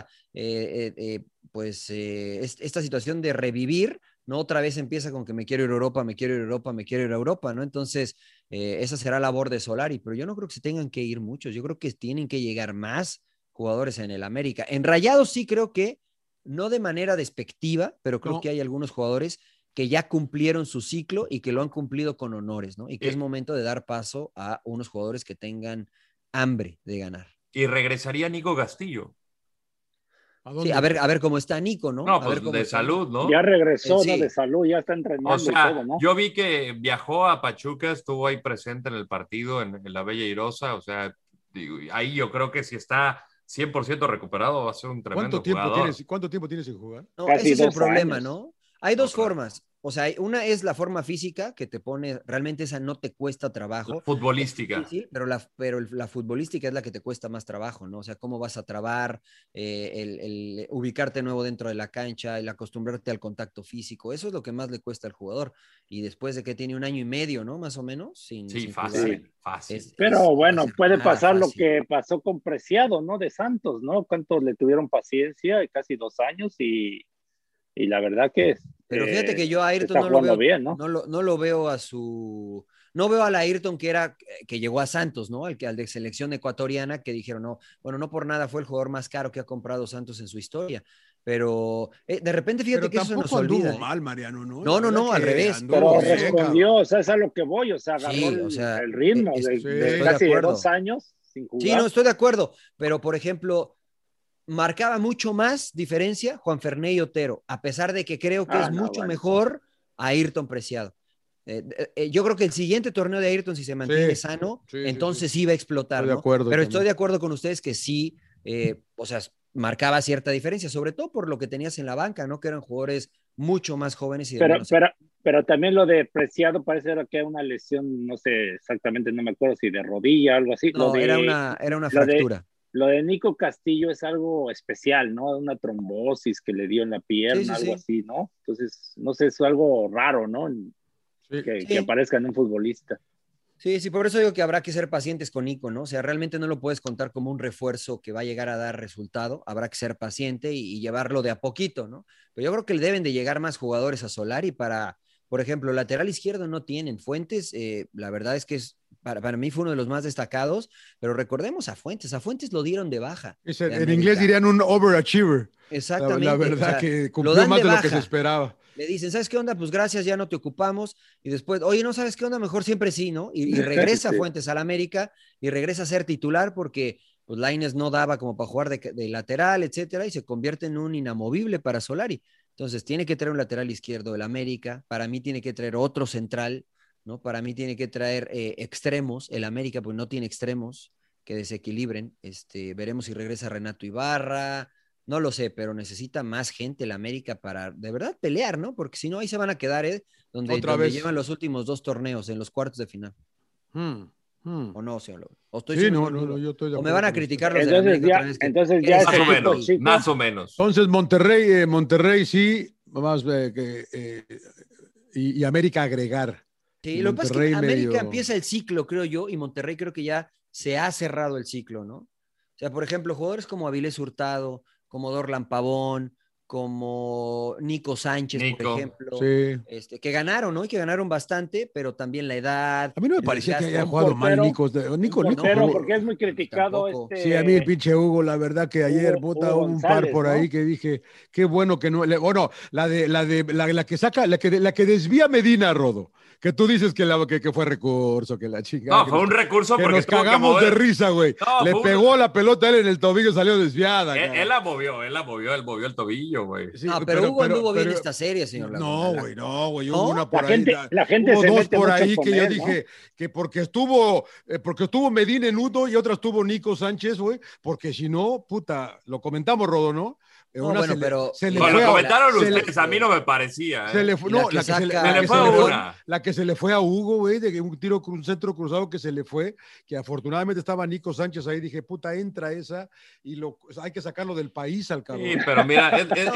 situación de revivir, ¿no? Otra vez empieza con que me quiero ir a Europa, me quiero ir a Europa, me quiero ir a Europa, ¿no? Entonces, esa será labor de Solari, pero yo no creo que se tengan que ir muchos, yo creo que tienen que llegar más jugadores en el América. En Rayados sí creo que, no de manera despectiva, pero creo que hay algunos jugadores que ya cumplieron su ciclo y que lo han cumplido con honores, ¿no? Y que es momento de dar paso a unos jugadores que tengan hambre de ganar. Y regresaría Nico Castillo. Sí, a ver cómo está Nico, ¿no? No, pues de salud, ¿no? Ya regresó, ¿no? De salud, ya está entrenando y todo, ¿no? Yo vi que viajó a Pachuca, estuvo ahí presente en el partido en la Bella Irosa, o sea, ahí yo creo que si está 100% recuperado va a ser un tremendo jugador. ¿Cuánto tiempo tienes sin jugar? No, ese es el problema, ¿no? Hay dos formas. O sea, una es la forma física que te pone, realmente esa no te cuesta trabajo. La futbolística. Sí, pero la futbolística es la que te cuesta más trabajo, ¿no? O sea, cómo vas a trabar, el ubicarte nuevo dentro de la cancha, el acostumbrarte al contacto físico, eso es lo que más le cuesta al jugador. Y después de que tiene 1 año y medio, ¿no? Más o menos. Sin fácil. Pero bueno, puede pasar lo que pasó con Preciado, ¿no? De Santos, ¿no? ¿Cuántos le tuvieron paciencia? Casi 2 años y la verdad que es. Pero fíjate que yo a Ayrton no lo veo bien, ¿no? No lo veo no veo al Ayrton que llegó a Santos, ¿no? Al de selección ecuatoriana, que dijeron, no por nada fue el jugador más caro que ha comprado Santos en su historia. Pero de repente fíjate que eso se nos olvida. Anduvo mal, Mariano, ¿no? No, al revés. Pero respondió, o sea, es a lo que voy, o sea, agarró el ritmo de casi de 2 años sin jugar. Sí, no, estoy de acuerdo, pero por ejemplo, marcaba mucho más diferencia Juan Fernández y Otero, a pesar de que creo que es mucho mejor a Ayrton Preciado. Yo creo que el siguiente torneo de Ayrton, si se mantiene sano, entonces sí va a explotar, estoy de acuerdo, pero estoy de acuerdo con ustedes que sí, o sea, marcaba cierta diferencia, sobre todo por lo que tenías en la banca, ¿no? Que eran jugadores mucho más jóvenes y de menos. Pero también lo de Preciado parece que era una lesión, no sé exactamente, no me acuerdo si de rodilla o algo así. No, era una fractura. Lo de Nico Castillo es algo especial, ¿no? Una trombosis que le dio en la pierna, algo así, ¿no? Entonces, no sé, es algo raro, ¿no? Que aparezca en un futbolista. Sí, por eso digo que habrá que ser pacientes con Nico, ¿no? O sea, realmente no lo puedes contar como un refuerzo que va a llegar a dar resultado, habrá que ser paciente y llevarlo de a poquito, ¿no? Pero yo creo que le deben de llegar más jugadores a Solari para, por ejemplo, lateral izquierdo no tienen. Fuentes, la verdad es que para mí fue uno de los más destacados, pero recordemos a Fuentes lo dieron de baja. En inglés dirían un overachiever. Exactamente. La verdad que cumplió más de lo que se esperaba. Le dicen, ¿sabes qué onda? Pues gracias, ya no te ocupamos. Y después, oye, ¿no sabes qué onda? Mejor siempre sí, ¿no? Y regresa Fuentes al América y regresa a ser titular porque pues Lainez no daba como para jugar de lateral, etcétera, y se convierte en un inamovible para Solari. Entonces, tiene que traer un lateral izquierdo del América. Para mí tiene que traer otro central, ¿no? Para mí tiene que traer extremos. El América pues no tiene extremos que desequilibren. Veremos si regresa Renato Ibarra. No lo sé, pero necesita más gente el América para de verdad pelear, ¿no? Porque si no, ahí se van a quedar, donde llevan los últimos 2 torneos, en los cuartos de final. ¿O no, señor López? ¿O estoy yo estoy de acuerdo. ¿O me van a criticar los de América? Entonces ya más o menos. Entonces Monterrey sí, más y América agregar. Sí, lo que pasa es que América empieza el ciclo, creo yo, y Monterrey creo que ya se ha cerrado el ciclo, ¿no? O sea, por ejemplo, jugadores como Avilés Hurtado, como Dorlan Pavón, como Nico Sánchez, por ejemplo, que ganaron, ¿no? Y que ganaron bastante, pero también la edad. A mí no me parecía que haya jugado mal Nico. Pero porque es muy criticado. Sí, a mí el pinche Hugo, la verdad que ayer, hubo un par por ahí que dije, qué bueno que no. Bueno, la que saca, la que desvía Medina, Rodo. Que tú dices que fue recurso, que la chingada. No, fue un recurso que porque nos cagamos de risa, güey. No, le pegó la pelota a él en el tobillo y salió desviada. Él la movió, él movió el tobillo, güey. Sí, pero Hugo anduvo bien esta serie, señor Laguna. No, güey, hubo una por ahí. La gente hubo se 2 mete por mucho ahí con que yo él, dije que porque estuvo Medina en uno y otra estuvo Nico Sánchez, güey, porque si no, puta, lo comentamos, Rodo, ¿no? No, bueno, pero lo comentaron ustedes, a mí no me parecía. Se le fue, no, la que se le fue a Hugo, güey, de un centro cruzado que se le fue, que afortunadamente estaba Nico Sánchez ahí, dije, puta, entra esa y hay que sacarlo del país al cabrón. Sí, pero mira,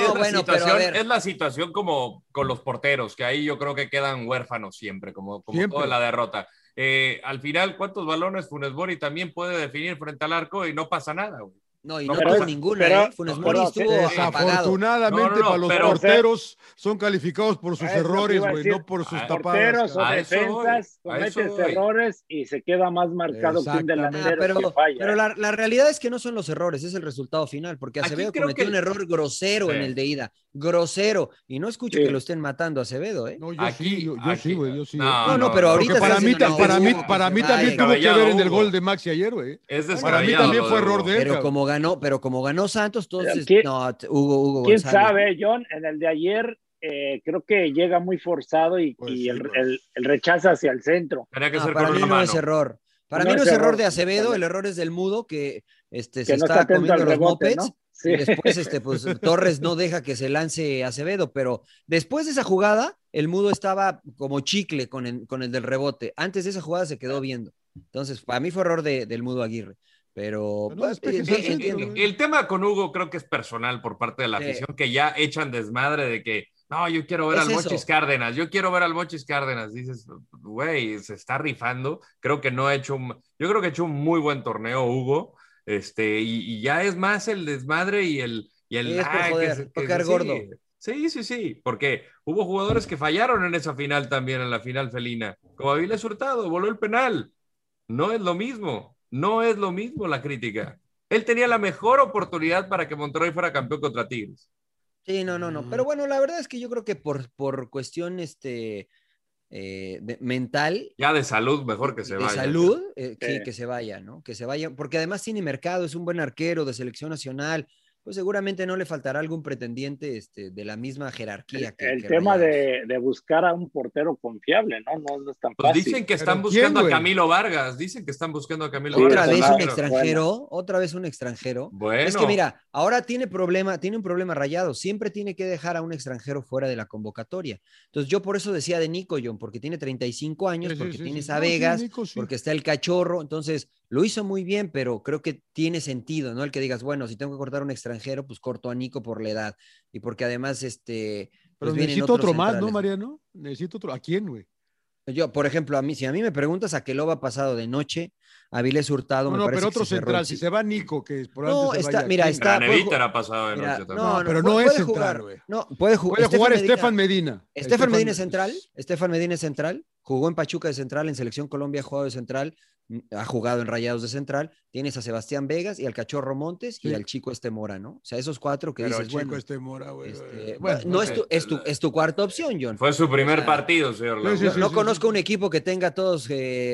es la situación como con los porteros, que ahí yo creo que quedan huérfanos siempre, como toda la derrota. Al final, ¿cuántos balones Funes Mori también puede definir frente al arco y no pasa nada, güey? No, y no tuvo ninguna, Funes Mori estuvo apagado. Desafortunadamente para los porteros son calificados por sus errores, güey, no por sus tapadas. Porteros o defensas cometes errores y se queda más marcado que un delantero que falla. Pero la realidad es que no son los errores, es el resultado final, porque Acevedo cometió un error grosero en el de ida, grosero, y no escucho que lo estén matando a Acevedo, ¿eh? No, yo sí, güey. No, pero ahorita para mí también tuvo que ver en el gol de Maxi ayer, güey. Para mí también fue error de él. Pero como ganó Santos, entonces Hugo ¿Quién González. sabe, John? En el de ayer creo que llega muy forzado y el rechaza hacia el centro. Para mí no es error. Para mí no es error de Acevedo, el error es del Mudo que se está comiendo los mopeds, ¿no? Sí. Y después pues Torres no deja que se lance Acevedo, pero después de esa jugada el Mudo estaba como chicle con el del rebote. Antes de esa jugada se quedó viendo. Entonces, para mí fue error del Mudo Aguirre. Pero el tema con Hugo creo que es personal por parte de la afición, que ya echan desmadre de que no, yo quiero ver al Mochis Cárdenas, dices, güey, se está rifando, creo que no ha hecho yo creo que ha hecho un muy buen torneo Hugo, y ya es más el desmadre y el tocar gordo. Sí, porque hubo jugadores que fallaron en esa final también, en la final felina, como Avilés Hurtado, voló el penal, no es lo mismo la crítica. Él tenía la mejor oportunidad para que Monterrey fuera campeón contra Tigres. Sí, no. Pero bueno, la verdad es que yo creo que por cuestión mental. Ya de salud, mejor que se vaya. De salud, sí, que se vaya, ¿no? Que se vaya, porque además tiene mercado, es un buen arquero de selección nacional. pues seguramente no le faltará algún pretendiente de la misma jerarquía. El que tema Rayados. de buscar a un portero confiable, ¿no? No es tan Pues fácil. dicen que están ¿Pero quién, buscando a güey? Camilo Vargas. Dicen que están buscando a Camilo Sí, Otra Vargas. vez no, un no, extranjero, otra vez un extranjero. Bueno. Es que mira, ahora tiene un problema Rayados. Siempre tiene que dejar a un extranjero fuera de la convocatoria. Entonces yo por eso decía de Nico, John, porque tiene 35 años, Sí, porque sí, tienes sí. a No, sí, Vegas, Nico, sí. porque está el cachorro. Entonces lo hizo muy bien, pero creo que tiene sentido, ¿no? El que digas, bueno, si tengo que cortar a un extranjero, pues corto a Nico por la edad. Y porque además, pues Pero vienen necesito otros otro más, ¿no, centrales. Mariano? Necesito otro. ¿A quién, güey? Yo, por ejemplo, si a mí me preguntas, a Keloba ha pasado de noche, a Avilés Hurtado, No, me no, parece pero que otro se cerró central. el Si ciclo. se va Nico, que No, probablemente se está, vaya. mira, ¿quién? está. Graneviter ha pasado de Mira, noche también. No, pero no puede es jugar. central, güey. No, Puede jugar Medina. Estefan Medina. Estefan Medina es central. Estefan Medina es central. Jugó en Pachuca de central, en Selección Colombia ha jugado de central, ha jugado en Rayados de central. Tienes a Sebastián Vegas y al Cachorro Montes y Sí. al chico Mora, ¿no? O sea, esos cuatro que Pero dices, chico bueno. Mora, güey. Bueno, no es tu cuarta opción, John. Fue su primer O sea, partido, señor sí, Laguna. sí, No conozco un equipo que tenga todos,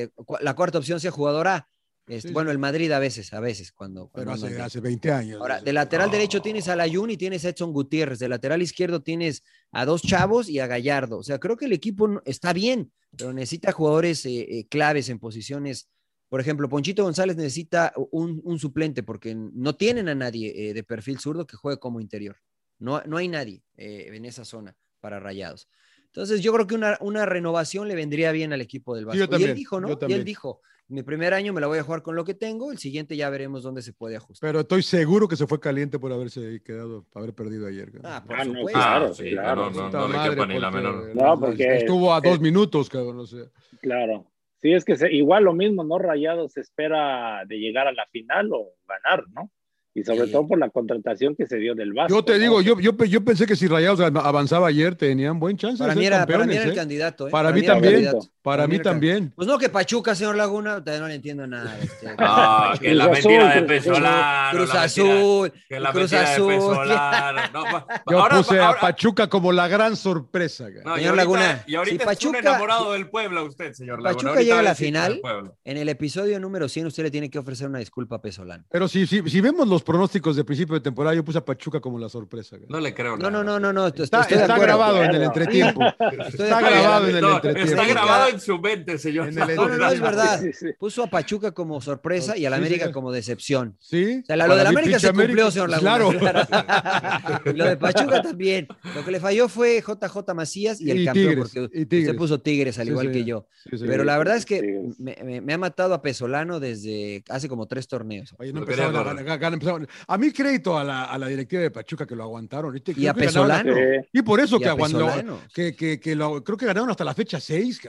la cuarta opción sea jugador A. Sí, Bueno, sí. el Madrid a veces, cuando Pero andan bien. hace 20 años. Ahora, de lateral derecho tienes a Layún y tienes a Edson Gutiérrez. De lateral izquierdo tienes a dos chavos y a Gallardo. O sea, creo que el equipo está bien, pero necesita jugadores claves en posiciones. Por ejemplo, Ponchito González necesita un suplente porque no tienen a nadie de perfil zurdo que juegue como interior. No hay nadie en esa zona para Rayados. Entonces, yo creo que una renovación le vendría bien al equipo del Vasco. Sí, yo también, y él dijo, ¿no? yo también. Y él dijo, mi primer año me la voy a jugar con lo que tengo, el siguiente ya veremos dónde se puede ajustar. Pero estoy seguro que se fue caliente por haber perdido ayer. Por no, supuesto. claro, sí, claro. no le quepa ni la menor. No, porque estuvo a 2 minutos, cabrón, no sé. Claro. Sí, es que igual lo mismo, ¿no? Rayados espera de llegar a la final o ganar, ¿no? Y sobre todo por la contratación que se dio del Vasco. Yo te ¿no? digo, yo pensé que si Rayados avanzaba ayer tenían buen chance Para de mí ser era campeones. el candidato. Para mí era el también. candidato. Para mí era el también. Pues no, que Pachuca, señor Laguna, todavía no le entiendo nada. Que la mentira de Cruz Pesolano. Cruz Azul. Que la Cruz mentira de Azul. Pesolano. Yo puse a Pachuca como la gran sorpresa. No, Señor Laguna, y ahorita si es un Pachuca- enamorado del Puebla usted, señor Laguna. Pachuca Ahorita llega a va la decir que final. del Puebla. En el episodio número 100 usted le tiene que ofrecer una disculpa a Pesolano. Pero si vemos los pronósticos de principio de temporada, yo puse a Pachuca como la sorpresa. No le creo No, nada. no. Está Estoy de acuerdo. grabado en el entretiempo. Está grabado en el No, entretiempo. está grabado en su mente, señor. En el- No, es verdad. Sí, sí. Puso a Pachuca como sorpresa y a la Sí, América señor. como decepción. Sí. O sea, lo Para de la mí, América pinche se cumplió, América, señor Laguna. Claro. Y lo de Pachuca también. Lo que le falló fue JJ Macías y el Y campeón, Tigres, porque y Tigres. usted puso Tigres al Sí, igual sí. que yo. Sí, sí. Pero la verdad es que Tigres. me ha matado a Pesolano desde hace como 3 torneos. Oye, no Lo quería empezaban a correr. ganar, empezaban. A mí crédito a la directiva de Pachuca que lo aguantaron. Y a Creo que ganaron Pesolano. Sí. Y por eso Y que a aguantó, Pesolano. creo que ganaron hasta la fecha 6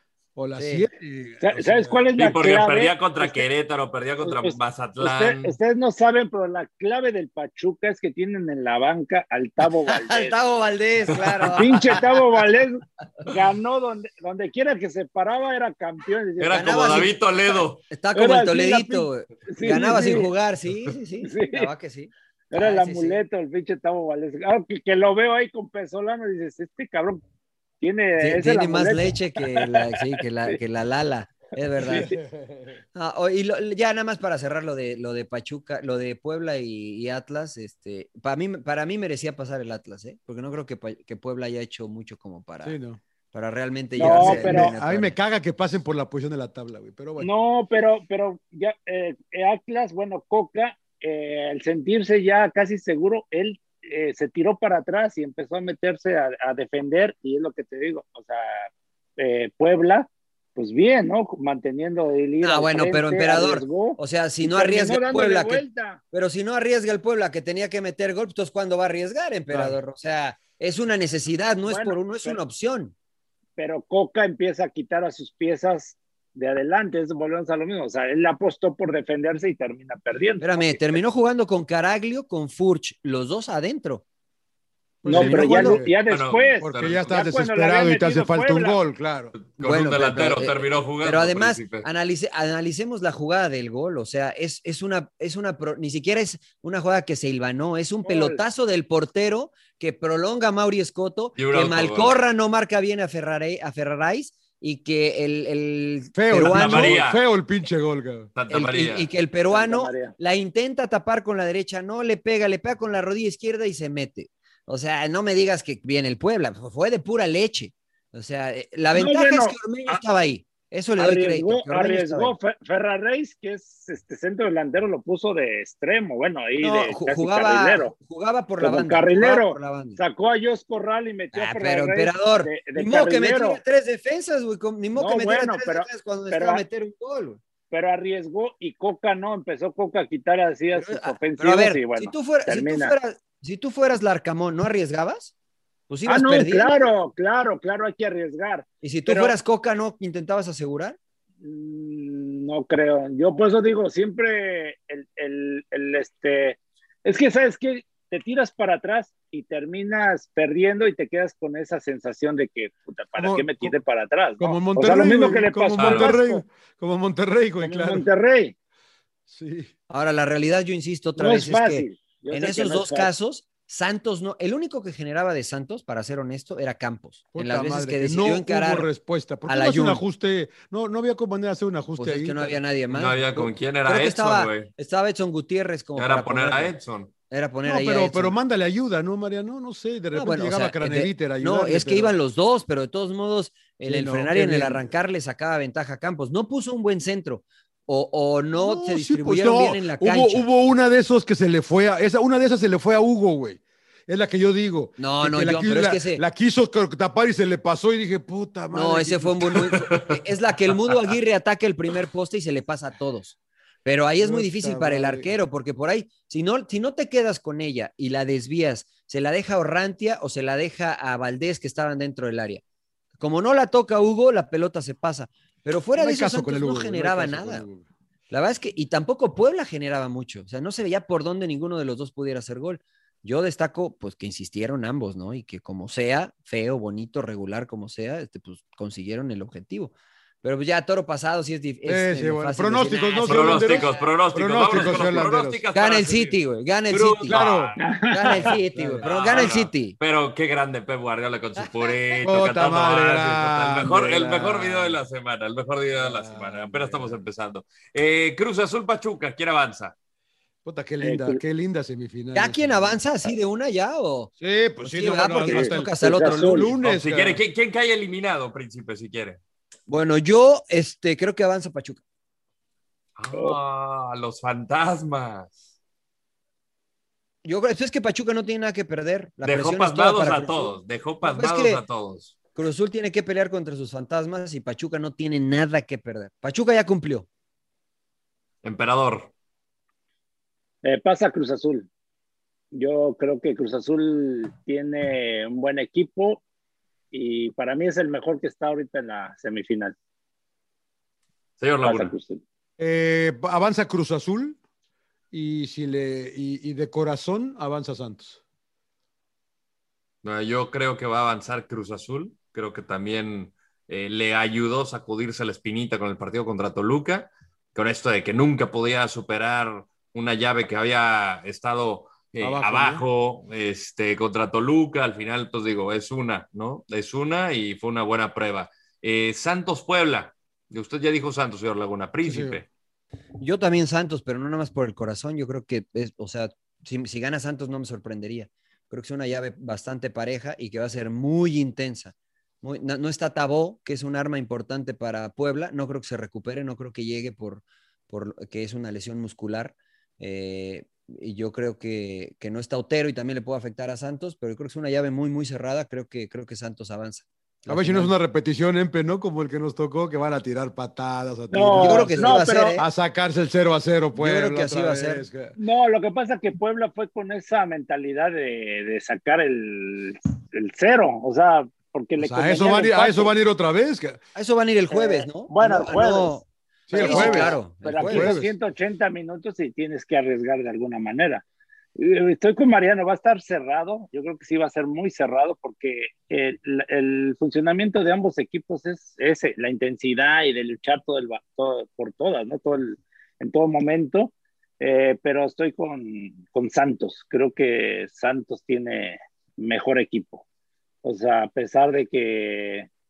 o la Sí. 7. ¿Sabes cuál es Sí, la porque clave? perdía contra Querétaro, perdía contra Mazatlán. Ustedes no saben, pero la clave del Pachuca es que tienen en la banca al Tavo Al Valdés. Tavo Valdés, claro. Pinche Tavo Valdés ganó donde quiera que se paraba, era campeón. Era Ganaba como sin- David Toledo. Está como Era el así, Toledito. güey. Sí, Ganaba sí. sin jugar, sí. Sí. La verdad que sí. Era el Ah, sí, amuleto, el pinche Tavo Valdés. Que lo veo ahí con Pesolano y dices, este cabrón tiene, Sí, es el tiene más amuleto. leche que la Lala. Es verdad. Ya nada más para cerrar lo de Pachuca, lo de Puebla y Atlas, para mí merecía pasar el Atlas, porque no creo que Puebla haya hecho mucho como Sí, no. para realmente No, llegarse a pero- eliminatoria. A mí me caga que pasen por la posición de la tabla, güey. Pero bueno. No, pero ya Atlas, bueno, Coca, al sentirse ya casi seguro, él se tiró para atrás y empezó a meterse a defender, y es lo que te digo, o sea, Puebla, pues bien, ¿no? Manteniendo el ir al Bueno, pero frente, emperador, arriesgó, o sea, si y no terminó arriesga el dándole Puebla, vuelta. pero si no arriesga el Puebla que tenía que meter gol, entonces ¿cuándo va a arriesgar, emperador? O sea, es una necesidad, no es Bueno, no es pero- una opción. Pero Coca empieza a quitar a sus piezas de adelante, volvemos a lo mismo, o sea, él apostó por defenderse y termina perdiendo. Espérame, terminó jugando con Caraglio, con Furch, los dos adentro. No, Pues, pero bueno, ya después. Porque ya estás Ya cuando le desesperado había y te hace metido falta un Puebla. gol, claro. Con Bueno, un delantero pero, terminó jugando. Pero además, Príncipe. analicemos la jugada del gol. O sea, ni siquiera es una jugada que se hilvanó, es un Gol. pelotazo del portero que prolonga a Mauri Escoto, Y un que autogol. Malcorra no marca bien a Ferrarais y que el Feo, peruano, feo el pinche gol, cabrón. Santa María. y que el peruano Santa María. la intenta tapar con la derecha, no le pega con la rodilla izquierda y se mete. O sea, no me digas que viene el Puebla, fue de pura leche. O sea, la No, ventaja bueno, es que Ormeño estaba ahí. Eso le doy crédito. Que Ormeño estaba ahí. Arriesgó Ferraréis, que es centro delantero, lo puso de extremo, bueno, ahí No, de casi carrilero. jugaba por la Como banda. carrilero, Jugaba por la banda. sacó a Jos Corral y metió a Pero Ferraréis emperador, de ni modo que carrilero. metiera 3 defensas, güey. Ni modo No, que metiera bueno, 3 pero- defensas cuando pero- necesitaba meter un gol, güey. Pero arriesgó y Coca no, empezó Coca a quitar así a sus Pero a ofensivos ver, y bueno, termina. si tú fueras Larcamón, ¿no arriesgabas? Pues Ah, ibas no, perdiendo. claro, hay que arriesgar. Y si tú Pero- fueras Coca, ¿no intentabas asegurar? No creo. Yo por eso digo, siempre es que sabes que te tiras para atrás y terminas perdiendo y te quedas con esa sensación de que, puta, ¿para qué me tiré para atrás? ¿no? Como O Monterrey, sea, lo mismo güey, que le como pasó al Monterrey, Vasco, como Monterrey, güey, como claro. Monterrey. Sí. Ahora, la realidad, yo insisto otra No vez, es es fácil. que Yo en sé que esos no es dos fácil. casos, Santos no, el único que generaba de Santos, para ser honesto, era Campos. En Puta las veces madre, que que decidió no hubo encarar respuesta. ¿Por a qué la no hace un Jun. ajuste? No había como manera de hacer un ajuste Pues es ahí. que no había nadie más. No había con quién Creo era que Edson, güey. estaba Edson Gutiérrez como Era para poner a ponerlo. Edson. Era poner No, ahí a Edson. pero mándale ayuda, ¿no, Mariano? No sé, de repente Bueno, o llegaba sea, Craneviter a no, ayudarle. es que pero- iban los dos, pero de todos modos, en Sí, el no, frenar y qué en el bien. arrancar le sacaba ventaja a Campos. No puso un buen centro o no se No, sí, pues distribuyeron no. bien en la cancha. Hubo una de esos que se le fue una de esas se le fue a Hugo, güey. Es la que yo digo. No, que la, John, qui- pero es la- que ese, la quiso tapar y se le pasó y dije, puta madre. no, ese fue un buen, es la que el Mudo Aguirre ataca el primer poste y se le pasa a todos. Pero ahí es muy Puta difícil para el madre. arquero, porque por ahí, si no te quedas con ella y la desvías, se la deja a Orrantia o se la deja a Valdés que estaban dentro del área. Como no la toca Hugo, la pelota se pasa. Pero fuera No de hay eso, caso con Santos el no Hugo, güey, generaba hay caso con nada. el Hugo. La verdad es que, y tampoco Puebla generaba mucho. O sea, no se veía por dónde ninguno de los dos pudiera hacer gol. Yo destaco, pues, que insistieron ambos, ¿no? Y que como sea, feo, bonito, regular, como sea, pues, consiguieron el objetivo. Pero pues ya toro pasado sí es Sí, bueno. fácil Pronósticos, decir, ¿no, sí, señor Pronósticos, Landeros? pronósticos. Vámonos con los señor Landeros. pronósticos. Gana para el seguir. City, güey, gana el Cruz, City. Claro. Gana el City, güey, pero gana el City. Pero qué grande Pep Guardiola con su purito, Puta cantando madre, Oasis, puta, el mejor grande. video de la semana, el mejor video de la semana. Grande. Apenas estamos empezando. Cruz Azul Pachuca, ¿quién avanza? Puta, qué Cruz- linda semifinal. ¿Ya quién avanza así de una ya o? Sí, pues sí, Sí, no, ¿verdad? bueno, Porque sí, nos hasta el toca hasta el otro Cruz Azul. lunes. Si cabrón. quiere, ¿quién cae eliminado, príncipe, si quiere? Bueno, yo creo que avanza Pachuca. Ah, los fantasmas. Yo creo es que Pachuca no tiene nada que perder. La Dejó presión es toda pasmados para a Cruz Azul. todos. Dejó es pasmados que- a todos. Cruz Azul tiene que pelear contra sus fantasmas y Pachuca no tiene nada que perder. Pachuca ya cumplió. Emperador. Pasa Cruz Azul. Yo creo que Cruz Azul tiene un buen equipo y para mí es el mejor que está ahorita en la semifinal. Señor Pasa Laguna. Cruz Azul. Avanza Cruz Azul y de corazón avanza Santos. No, yo creo que va a avanzar Cruz Azul. Creo que también le ayudó a sacudirse la espinita con el partido contra Toluca, con esto de que nunca podía superar una llave que había estado abajo contra Toluca. Al final, pues digo, es una, ¿no? Es una y fue una buena prueba. Santos Puebla. Usted ya dijo Santos, señor Laguna. Príncipe. Sí, Yo también Santos, pero no nada más por el corazón. Yo creo que, o sea, si gana Santos no me sorprendería. Creo que es una llave bastante pareja y que va a ser muy intensa. No está Tabó, que es un arma importante para Puebla. No creo que se recupere, no creo que llegue por que es una lesión muscular. Y yo creo que no está Otero y también le puede afectar a Santos, pero creo que es una llave muy, muy cerrada. Creo que Santos avanza. A ver si no es una repetición, Empe, ¿no? Como el que nos tocó, que van a tirar patadas, No, yo creo que sí va a ser, ¿eh? a sacarse el 0-0, pues. Yo creo que así va a ser. No, lo que pasa es que Puebla fue con esa mentalidad de sacar el cero, o sea, porque le a eso van a ir otra vez. A eso van a ir el jueves, ¿no? Bueno, el jueves. Sí, el jueves. Claro. Pero aquí jueves. son 180 minutos y tienes que arriesgar de alguna manera. Estoy con Mariano, va a estar cerrado, yo creo que sí va a ser muy cerrado porque el funcionamiento de ambos equipos es ese, la intensidad y de luchar por todas, ¿no? En todo momento, pero estoy con Santos, creo que Santos tiene mejor equipo, o sea, a pesar de que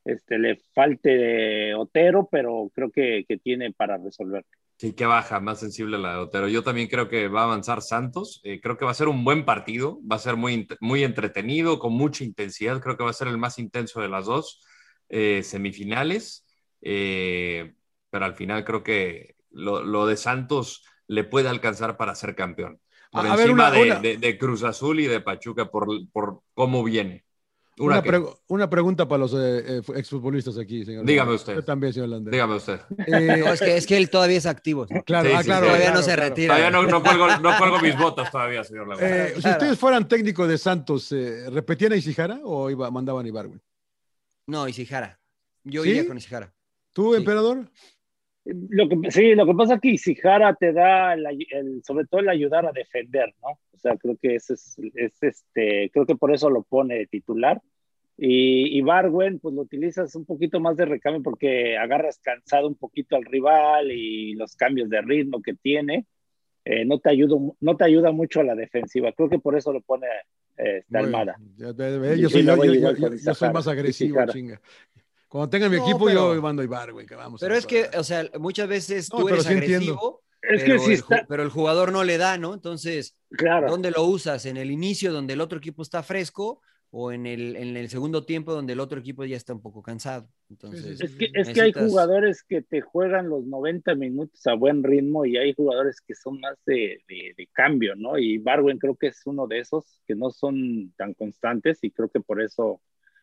le falte Otero, pero creo que tiene para resolver. Sí, que baja, más sensible la de Otero. Yo también creo que va a avanzar Santos. Creo que va a ser un buen partido. Va a ser muy entretenido, con mucha intensidad. Creo que va a ser el más intenso de las dos semifinales. Pero al final creo que lo de Santos le puede alcanzar para ser campeón. Por encima de Cruz Azul y de Pachuca por cómo viene. Una pregunta para los exfutbolistas aquí, señor. Dígame usted. Yo también, señor Lander. Dígame usted. No, es que él todavía es activo. ¿No? Claro, Sí, claro. Todavía claro, no se claro. retira. Todavía no cuelgo mis botas todavía, señor Laguna. Si ustedes fueran técnico de Santos, ¿repetían a Ishihara o mandaban a Ibargüen? No, Ishihara. Yo ¿Sí? iría con Ishihara. ¿Tú, Sí. emperador? Lo que pasa es que Ishihara te da sobre todo el ayudar a defender, ¿no? O sea, creo que creo que por eso lo pone de titular. Y Ibargüen, pues lo utilizas un poquito más de recambio porque agarras cansado un poquito al rival y los cambios de ritmo que tiene no te ayuda mucho a la defensiva. Creo que por eso lo pone Almada. Yo soy más agresivo, chinga. Cuando tenga mi equipo, yo mando a Ibargüen. Pero es que, o sea, muchas veces tú eres agresivo, pero el jugador no le da, ¿no? Entonces, claro. ¿dónde lo usas? ¿En el inicio donde el otro equipo está fresco o en el segundo tiempo donde el otro equipo ya está un poco cansado? Entonces, es que hay jugadores que te juegan los 90 minutos a buen ritmo y hay jugadores que son más de cambio, ¿no? Y Ibargüen creo que es uno de esos que no son tan constantes y creo que por eso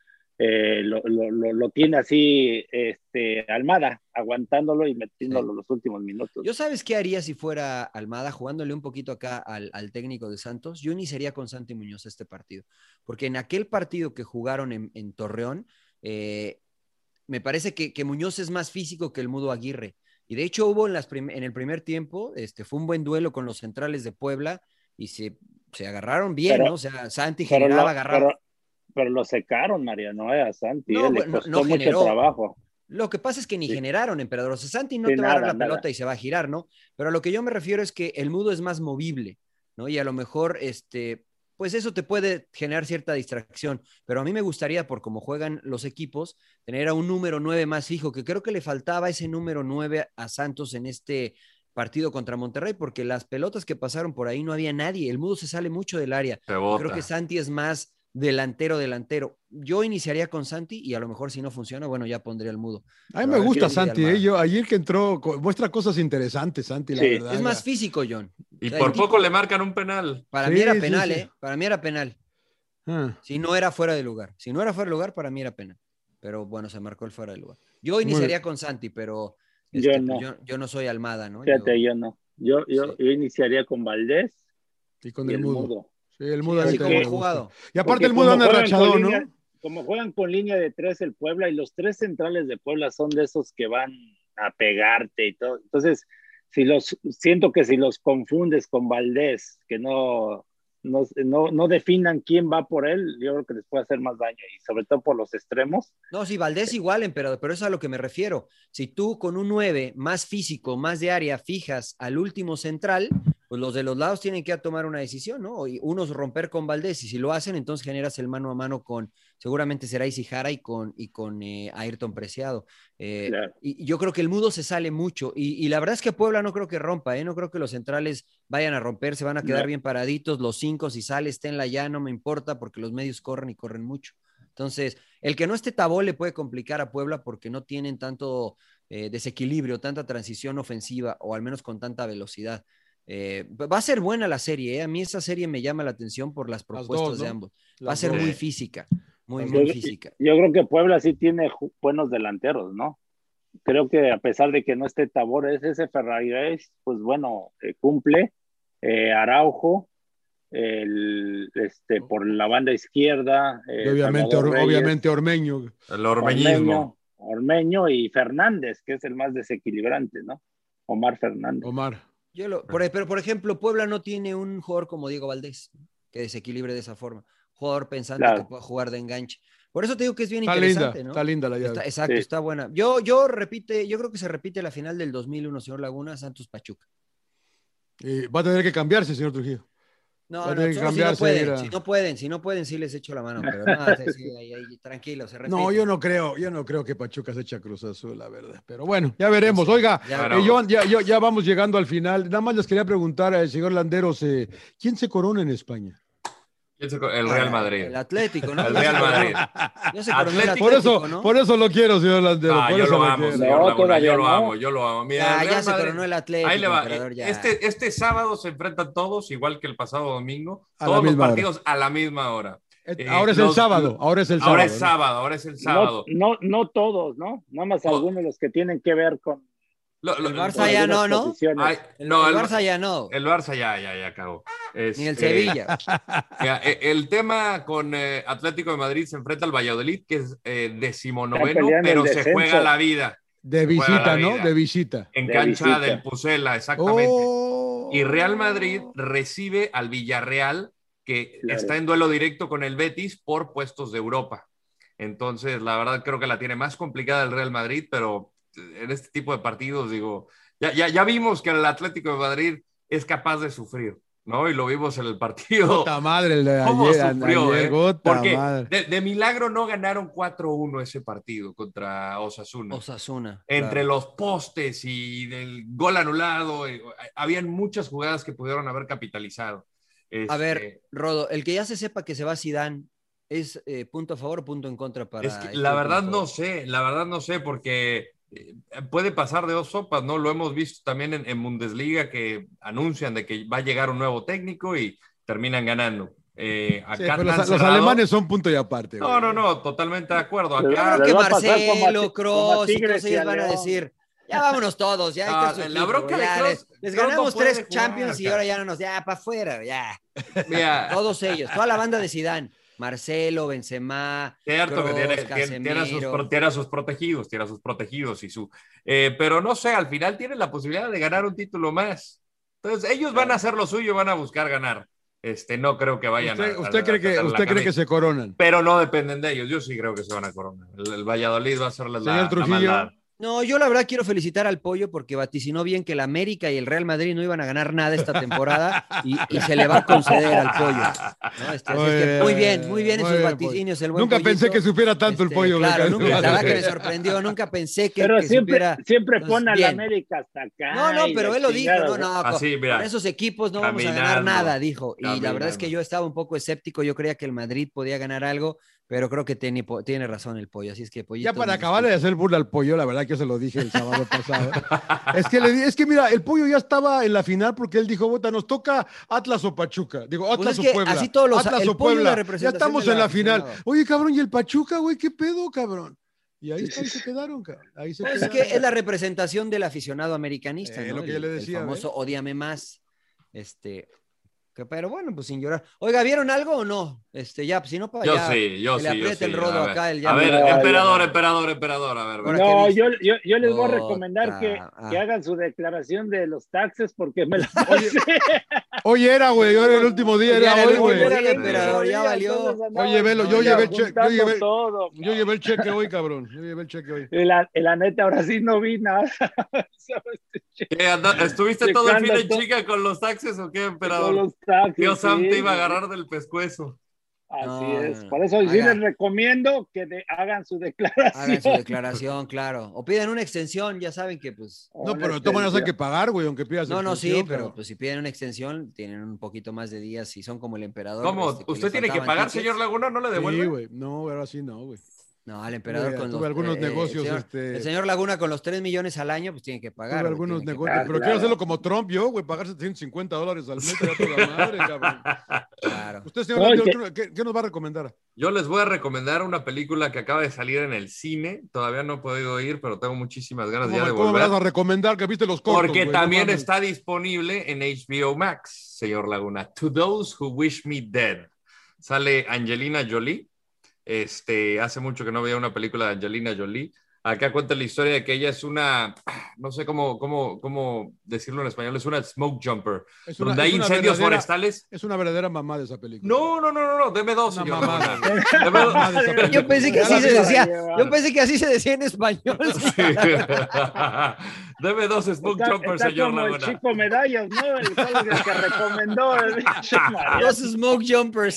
lo tiene así Almada, aguantándolo y metiéndolo los últimos minutos. ¿Yo sabes qué haría si fuera Almada, jugándole un poquito acá al técnico de Santos? Yo iniciaría con Santi Muñoz este partido, porque en aquel partido que jugaron en Torreón, me parece que Muñoz es más físico que el Mudo Aguirre, y de hecho hubo en el primer tiempo, fue un buen duelo con los centrales de Puebla, y se agarraron bien, ¿no? O sea, Santi generaba, agarraba. Pero lo secaron, Mariano, a Santi. No, le costó no mucho trabajo. Lo que pasa es que ni generaron, emperador. O sea, Santi no te va a dar la pelota y se va a girar, ¿no? Pero a lo que yo me refiero es que el Mudo es más movible, ¿no? Y a lo mejor, pues eso te puede generar cierta distracción. Pero a mí me gustaría, por cómo juegan los equipos, tener a un número 9 más fijo, que creo que le faltaba ese número 9 a Santos en este partido contra Monterrey, porque las pelotas que pasaron por ahí no había nadie. El Mudo se sale mucho del área. Creo que Santi es más delantero. Yo iniciaría con Santi y a lo mejor si no funciona, bueno, ya pondría el Mudo. A mí me gusta Santi, ayer que entró, muestra cosas interesantes, Santi, la verdad. Es más físico, John. Y por poco le marcan un penal. Para mí era penal, Para mí era penal. Si no era fuera de lugar. Si no era fuera de lugar, para mí era penal. Pero bueno, se marcó el fuera de lugar. Yo iniciaría con Santi, pero yo no soy Almada, ¿no? Fíjate, yo no. Yo iniciaría con Valdés y con el Mudo. Sí, el Mudo así como jugado. Y aparte el Mudo anda rachado, ¿no? Como juegan con línea de 3 el Puebla y los 3 centrales de Puebla son de esos que van a pegarte y todo. Entonces, siento que si los confundes con Valdés, que no definan quién va por él, yo creo que les puede hacer más daño y sobre todo por los extremos. No, sí, Valdés igual, emperador, pero eso es a lo que me refiero. Si tú con un 9 más físico, más de área, fijas al último central, pues los de los lados tienen que tomar una decisión, ¿no? Y unos romper con Valdés, y si lo hacen, entonces generas el mano a mano seguramente será Ishihara y con Ayrton Preciado. Claro. Y yo creo que el Mudo se sale mucho, y la verdad es que Puebla no creo que rompa, no creo que los centrales vayan a romper, se van a quedar bien paraditos, los 5 si sale, esténla ya, no me importa, porque los medios corren y corren mucho. Entonces, el que no esté Tabó le puede complicar a Puebla porque no tienen tanto desequilibrio, tanta transición ofensiva, o al menos con tanta velocidad. Va a ser buena la serie, a mí esa serie me llama la atención por las propuestas de ambos. Va a ser muy física, muy física. Yo creo que Puebla sí tiene buenos delanteros, ¿no? Creo que a pesar de que no esté Tabor, ese Ferragués, pues bueno, cumple. Araujo, por la banda izquierda. Obviamente Ormeño. El ormeñismo. Ormeño y Fernández, que es el más desequilibrante, ¿no? Omar Fernández. Pero, por ejemplo, Puebla no tiene un jugador como Diego Valdés, que desequilibre de esa forma. Jugador pensando que pueda jugar de enganche. Por eso te digo que es bien interesante, ¿no? Está linda la llave. Exacto, está buena. Yo creo que se repite la final del 2001, señor Laguna, Santos Pachuca. Va a tener que cambiarse, señor Trujillo. No, Va a no, tener que solo cambiarse, mira. si no pueden, sí les echo la mano, pero no, sí, ahí, tranquilo, se respeta. No, yo no creo que Pachuca se echa Cruz Azul, la verdad. Pero bueno, ya veremos. No sé, Oiga, ya veremos. ya vamos llegando al final. Nada más les quería preguntar al señor Landeros, ¿quién se corona en España? El Real Madrid. El Atlético, ¿no? El Ya Real se coronó. Madrid. Ya se coronó el Atlético. Atlético, ¿no? Por eso lo quiero, señor Landeros. Ah, por yo eso lo amo, quiero. señor No, Laguna. todavía Yo lo no. amo, yo lo amo. Mira, el Ya Real se Madrid, coronó el ahí Atlético, le va. emperador, ya. Este sábado se enfrentan todos, igual que el pasado domingo. A la Todos los misma hora. partidos a la misma hora. Ahora es el sábado. Ahora es el sábado. Ahora es el No, sábado. no todos, ¿no? Nada más algunos de los que tienen que ver con El Barça ya no, ¿no? posiciones. El Barça ya no. El Barça ya acabó. Ni el Sevilla. Mira, el tema con Atlético de Madrid se enfrenta al Valladolid, que es Están 19º, peleando pero el se descenso. juega la vida. De Se juega visita, la ¿no? vida. De visita. En De cancha visita. del Pucela, exactamente. Oh. Y Real Madrid recibe al Villarreal, que Claro. está en duelo directo con el Betis por puestos de Europa. Entonces, la verdad, creo que la tiene más complicada el Real Madrid, pero en este tipo de partidos, digo, ya vimos que el Atlético de Madrid es capaz de sufrir, ¿no? Y lo vimos en el partido. Gota madre el de ¿Cómo ayer, sufrió, ayer, gota Porque madre. de milagro no ganaron 4-1 ese partido contra Osasuna. Osasuna. Entre claro. los postes y del gol anulado, habían muchas jugadas que pudieron haber capitalizado. A ver, Rodo, el que ya se sepa que se va Zidane, ¿es punto a favor o punto en contra para es que este la último verdad juego? no sé, porque puede pasar de dos sopas, ¿no? Lo hemos visto también en Bundesliga, que anuncian de que va a llegar un nuevo técnico y terminan ganando. Sí, Acá pero tan los cerrado. alemanes son punto y aparte. No, güey. totalmente de acuerdo. Pero- Yo Acá creo que Les va a pasar como a Marcelo, Ti- como a Kroos y Tigres todos y ellos a van a León. decir, ya vámonos todos, ya ahí está su la equipo, bronca de ya, Kroos- les Kroos ganamos no puede 3 jugar, Champions y cara. ahora ya no nos, ya para afuera, ya. Mira, Todos ellos, toda la banda de Zidane, Marcelo, Benzema, cierto que Kroos, tiene a sus protegidos y su, pero no sé, al final tiene la posibilidad de ganar un título más. Entonces, ellos van a hacer lo suyo, van a buscar ganar. No creo que vayan ¿Usted cree que se coronan? pero no dependen de ellos. Yo sí creo que se van a coronar. El Valladolid va a ser Señor la Trujillo. maldad. No, yo la verdad quiero felicitar al Pollo porque vaticinó bien que el América y el Real Madrid no iban a ganar nada esta temporada y se le va a conceder al Pollo, ¿no? Así es que muy bien en sus vaticinios el buen Nunca pensé Pollito. que supiera tanto el Pollo. Claro, güey. la verdad que me sorprendió, nunca pensé que Pero supiera. siempre Entonces, pone a la bien. América hasta acá. No, y pero la él lo dijo, chingada, no, Así, mira, con esos equipos no vamos a ganar caminando, nada, dijo. Y la verdad es caminando. que yo estaba un poco escéptico, yo creía que el Madrid podía ganar algo, pero creo que tiene razón el Pollo, así es que Pollito. Ya para acabar de hacer burla al Pollo, la verdad que yo se lo dije el sábado pasado. Es que mira, el Pollo ya estaba en la final porque él dijo, "Bota, nos toca Atlas o Pachuca". Digo, Atlas es o que Puebla. así todos los- Atlas el o Pollo de Puebla. Ya representación estamos de en la la final. aficionado. Oye, cabrón, ¿y el Pachuca, güey? ¿Qué pedo, cabrón? Y ahí está, ahí se quedaron, cabrón. Ahí se Pues es quedaron. que es la representación del aficionado americanista, ¿no? Lo que yo le decía, el famoso ¿ves? ódiame más. Pero bueno, pues sin llorar. Oiga, ¿vieron algo o no? Ya, pues si no, para Yo ya. sí, yo que le sí, yo apriete sí. el rodo A ver, acá. a ver, No, emperador, no. a ver. Ahora, No, ¿qué yo viste? les voy a Puta, recomendar que hagan su declaración de los taxes porque me la Oye, pasé. Hoy era, güey, hoy era el último día, Ya era era el hoy, último güey. día, Era el último emperador, ya día, valió. entonces andaba Oye, velo, yo No, llevé juntando todo. yo llevé el cheque hoy, cabrón. Yo llevé el cheque hoy. La neta, ahora sí no vi nada. ¿Estuviste todo el fin en Checando chica con los taxes o qué, Con emperador? los taxis, Dios Sam sí, te iba a sí. agarrar del pescuezo. Así No, es. no, Por eso sí haga. les recomiendo que hagan su declaración. Hagan su declaración, claro. O piden una extensión, ya saben que pues. No, pero de todas maneras hay que pagar, güey, aunque pidas No, sí, extensión, pero cabrón. pues si piden una extensión, tienen un poquito más de días y son como el emperador. ¿Cómo? que ¿Usted les tiene que faltaban pagar, tickets. señor Laguna? ¿No le Sí, devuelve? güey. No, ahora sí no, güey. No, al emperador con Tuve algunos negocios, el señor Laguna con los 3 millones al año, pues tiene que pagar. Tuve güey, algunos tiene que negocios, pagar. pero quiero hacerlo como Trump, yo, güey, pagar $750 al mes, ya toda madre, cabrón. Claro. Usted, señor, No, Landero, ¿qué nos va a recomendar? Yo les voy a recomendar una película que acaba de salir en el cine. Todavía no he podido ir, pero tengo muchísimas ganas ya de ¿Cómo me volver. vas a recomendar que viste los cortos? Porque güey? también No mames. está disponible en HBO Max, señor Laguna. To Those Who Wish Me Dead. Sale Angelina Jolie. Hace mucho que no veía una película de Angelina Jolie. Acá cuenta la historia de que ella es una no sé cómo decirlo en español, es una smoke jumper, Es una, donde hay es una incendios verdadera- forestales. Es una verdadera mamá de esa película. No, deme dos, Una señor mamada, Laguna. güey. Deme dos. Mamá de esa película. Yo pensé que Ya así la se vi. decía. Yo pensé que así se decía en español. Sí. Deme dos smoke jumpers, Está señor como el Laguna. chico medallas, ¿no? El que recomendó el pinche Mariano. Dos smoke jumpers.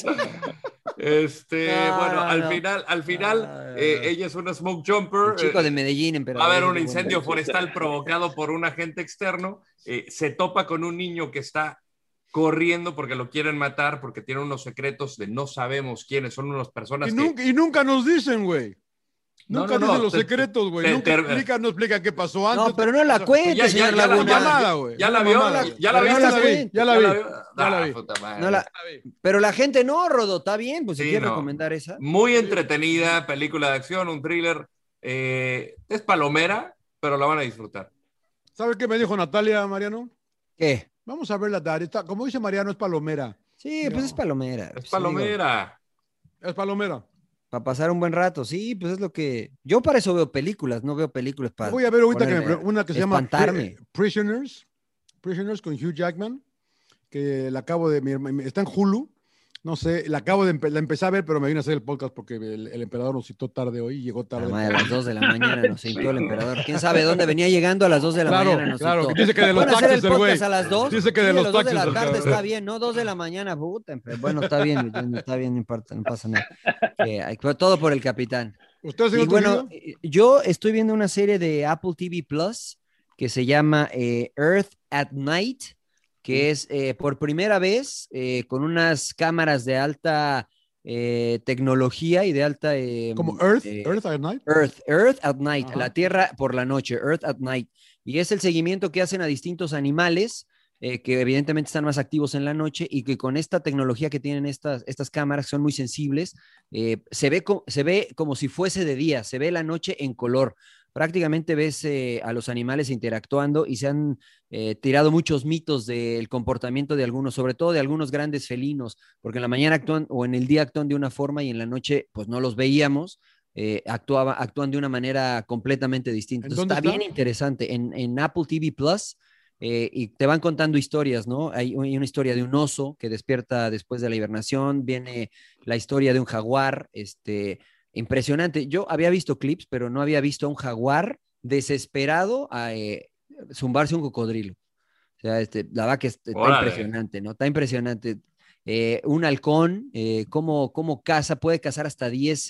Bueno, al no. final, No. ella es una smoke jumper. El chico de Medellín, Va emperador. a haber un Qué incendio bueno. forestal provocado por un agente externo. Se topa con un niño que está corriendo porque lo quieren matar, porque tiene unos secretos de no sabemos quiénes, son unas personas Y nunca nos dicen, güey. Nunca dicen los secretos, güey. Nunca explican qué pasó antes. No, pero no la cuentes, señor Laguna. ¿Ya la vio? ¿Ya la viste? Ya la vi. Puta madre. No la- Pero la gente no, Rodo, está bien, pues si Sí, quiere no. recomendar esa. Muy entretenida, película de acción, un thriller. Es palomera, pero la van a disfrutar. ¿Sabes qué me dijo Natalia, Mariano? ¿Qué? Vamos a verla, Dari. Como dice Mariano, es palomera. Sí, No. pues es palomera. Es palomera. Es palomera. Para pasar un buen rato, sí, pues es lo que... Yo para eso veo películas, no veo películas para... Voy a ver ahorita ponerme una que se llama espantarme. Prisoners con Hugh Jackman, que la acabo de... Está en Hulu. No sé, la empecé a ver, pero me vine a hacer el podcast porque el emperador nos citó tarde hoy y llegó tarde. A las 2 de la mañana nos citó el emperador. ¿Quién sabe dónde venía llegando a las 2 de la mañana? Nos Claro, citó. dice que de los ¿Pueden hacer taxis el el güey. podcast a las 2? Dice que de Sí, los a las 2 de taxis la el tarde cabrón. está bien, ¿no? 2 de la mañana, puta. Bueno, está bien, no importa, no pasa nada. Todo por el capitán. ¿Usted, Y señor bueno, Trujillo? yo estoy viendo una serie de Apple TV Plus que se llama Earth at Night, que es por primera vez con unas cámaras de alta tecnología y de alta... Como Earth at Night. Earth at Night, Ajá. la Tierra por la noche, Earth at Night. Y es el seguimiento que hacen a distintos animales que evidentemente están más activos en la noche y que con esta tecnología que tienen estas cámaras, que son muy sensibles, se ve como si fuese de día, se ve la noche en color. Prácticamente ves a los animales interactuando y se han tirado muchos mitos del comportamiento de algunos, sobre todo de algunos grandes felinos, porque en la mañana actúan o en el día actúan de una forma y en la noche pues no los veíamos. Actúan de una manera completamente distinta. Entonces, está bien interesante. En Apple TV Plus y te van contando historias, ¿no? Hay una historia de un oso que despierta después de la hibernación, viene la historia de un jaguar, impresionante. Yo había visto clips, pero no había visto a un jaguar desesperado a zumbarse un cocodrilo. O sea, la verdad que está impresionante, ¿no? Está impresionante. Un halcón, cómo caza, puede cazar hasta 10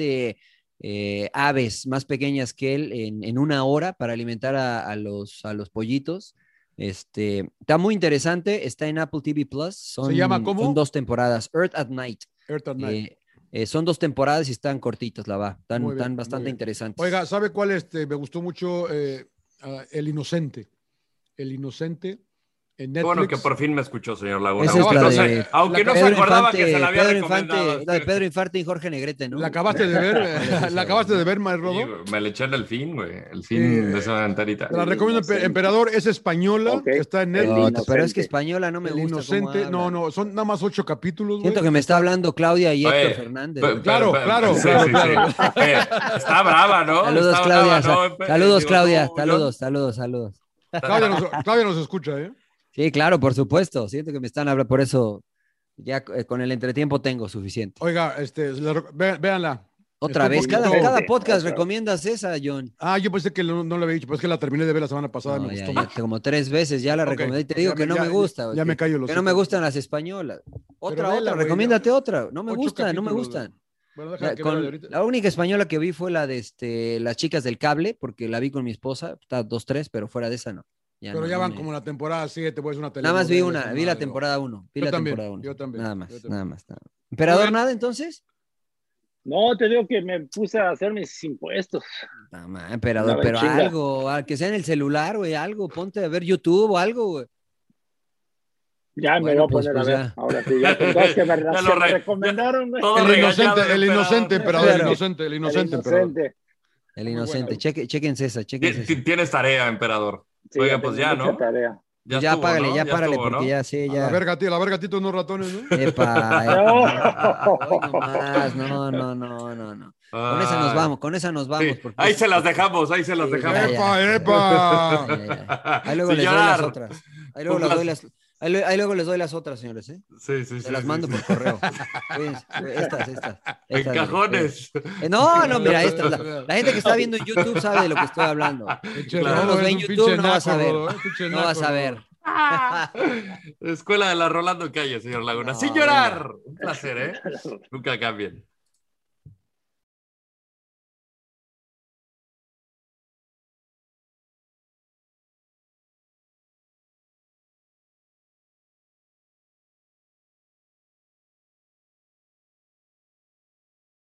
aves más pequeñas que él en una hora para alimentar a los pollitos. Está muy interesante, está en Apple TV Plus. ¿Se llama cómo? Son 2 temporadas, Earth at Night. Earth at Night. Son 2 temporadas y están cortitas, la va. Están Muy bastante bien. interesantes. Oiga, ¿sabe cuál me gustó mucho? El Inocente. El Inocente en Netflix. Bueno, que por fin me escuchó, señor Laguna. Esa es la de Aunque no se Pedro acordaba Infante, que se la había Pedro recomendado. Infante, la de Pedro Infante y Jorge Negrete, ¿no? ¿La acabaste de ver? ¿La acabaste de ver, Maestro? Sí, me le eché en el fin, güey. El fin de esa ventanita. Te la recomiendo, Emperador. Es española, está en Netflix. Pero es que española no me El gusta. Inocente, no, son nada más 8 capítulos. Siento güey. que me está hablando Claudia y Oye, Héctor Fernández. Claro. Sí. Está brava, ¿no? Saludos, Está Claudia. brava, ¿no? Saludos, Digo, Claudia. no, Saludos. Claudia nos escucha, ¿eh? Sí, claro, por supuesto. Siento que me están hablando, por eso ya con el entretiempo tengo suficiente. Oiga, véanla. Otra vez, Está un poquito- cada podcast recomiendas esa, John. Yo pensé que no lo había dicho, pero es que la terminé de ver la semana pasada. No, me ya, gustó mucho. como 3 veces ya la Ok, recomendé y te digo ya que no me gusta. ya me callo los que no me hocico. gustan las españolas. vela, güey, Recomiéndate otra. No me 8 gustan, no me capítulos, gustan. Bueno, deja que Con- vea de ahorita. la única española que vi fue la de Las Chicas del Cable, porque la vi con mi esposa, está 2-3, pero fuera de esa no. Pero no, ya no van me- como la temporada 7, pues una Nada más vi telenovela, una, esa vi la madre, temporada 1. Vi Yo la también, temporada 1. yo también, Nada más, yo también. nada más. ¿Emperador Muy bien. nada entonces? No, te digo que me puse a hacer mis impuestos. Emperador, Andaba en pero chinga. algo, que sea en el celular, güey, algo, ponte a ver YouTube o algo, güey. Ya Bueno, me voy a poner pues a ver. ya. Ahora sí, ya con dos que me, Ya que lo me re- recomendaron, güey. todo El regañado inocente, el el inocente, emperador, Claro. el inocente, El emperador. inocente. El Muy inocente, bueno. chéquense esa. Tienes tarea, emperador. Sí, Oiga, ya pues tengo ya, mucha ¿no? tarea. Ya estuvo, págale, ¿no? ya párale, estuvo, porque ¿no? ya sí, A ya. la verga, Tito, unos ratones, ¿no? Epa. Hoy nomás, no. Con esa nos Ay, vamos, con esa nos vamos. sí, Porque ahí se las dejamos, ahí se las sí, dejamos. ¡Epa! Ahí luego Sin les doy las llorar. otras. Ahí luego Un les doy placer. ahí luego les doy las otras, señores, ¿eh? Sí, Se las mando sí. por correo. Cuídense, estas. En Estas, cajones. no, mira, estas. La gente que está viendo en YouTube sabe de lo que estoy hablando. Pinche Si no Rodo, nos ve es en un YouTube, pinche no vas a naco, ver. Rodo, pinche No vas naco, a Rodo. ver. Escuela de la Rolando Calle, señor Laguna. No, Sin llorar. Un placer, ¿eh? Nunca cambien.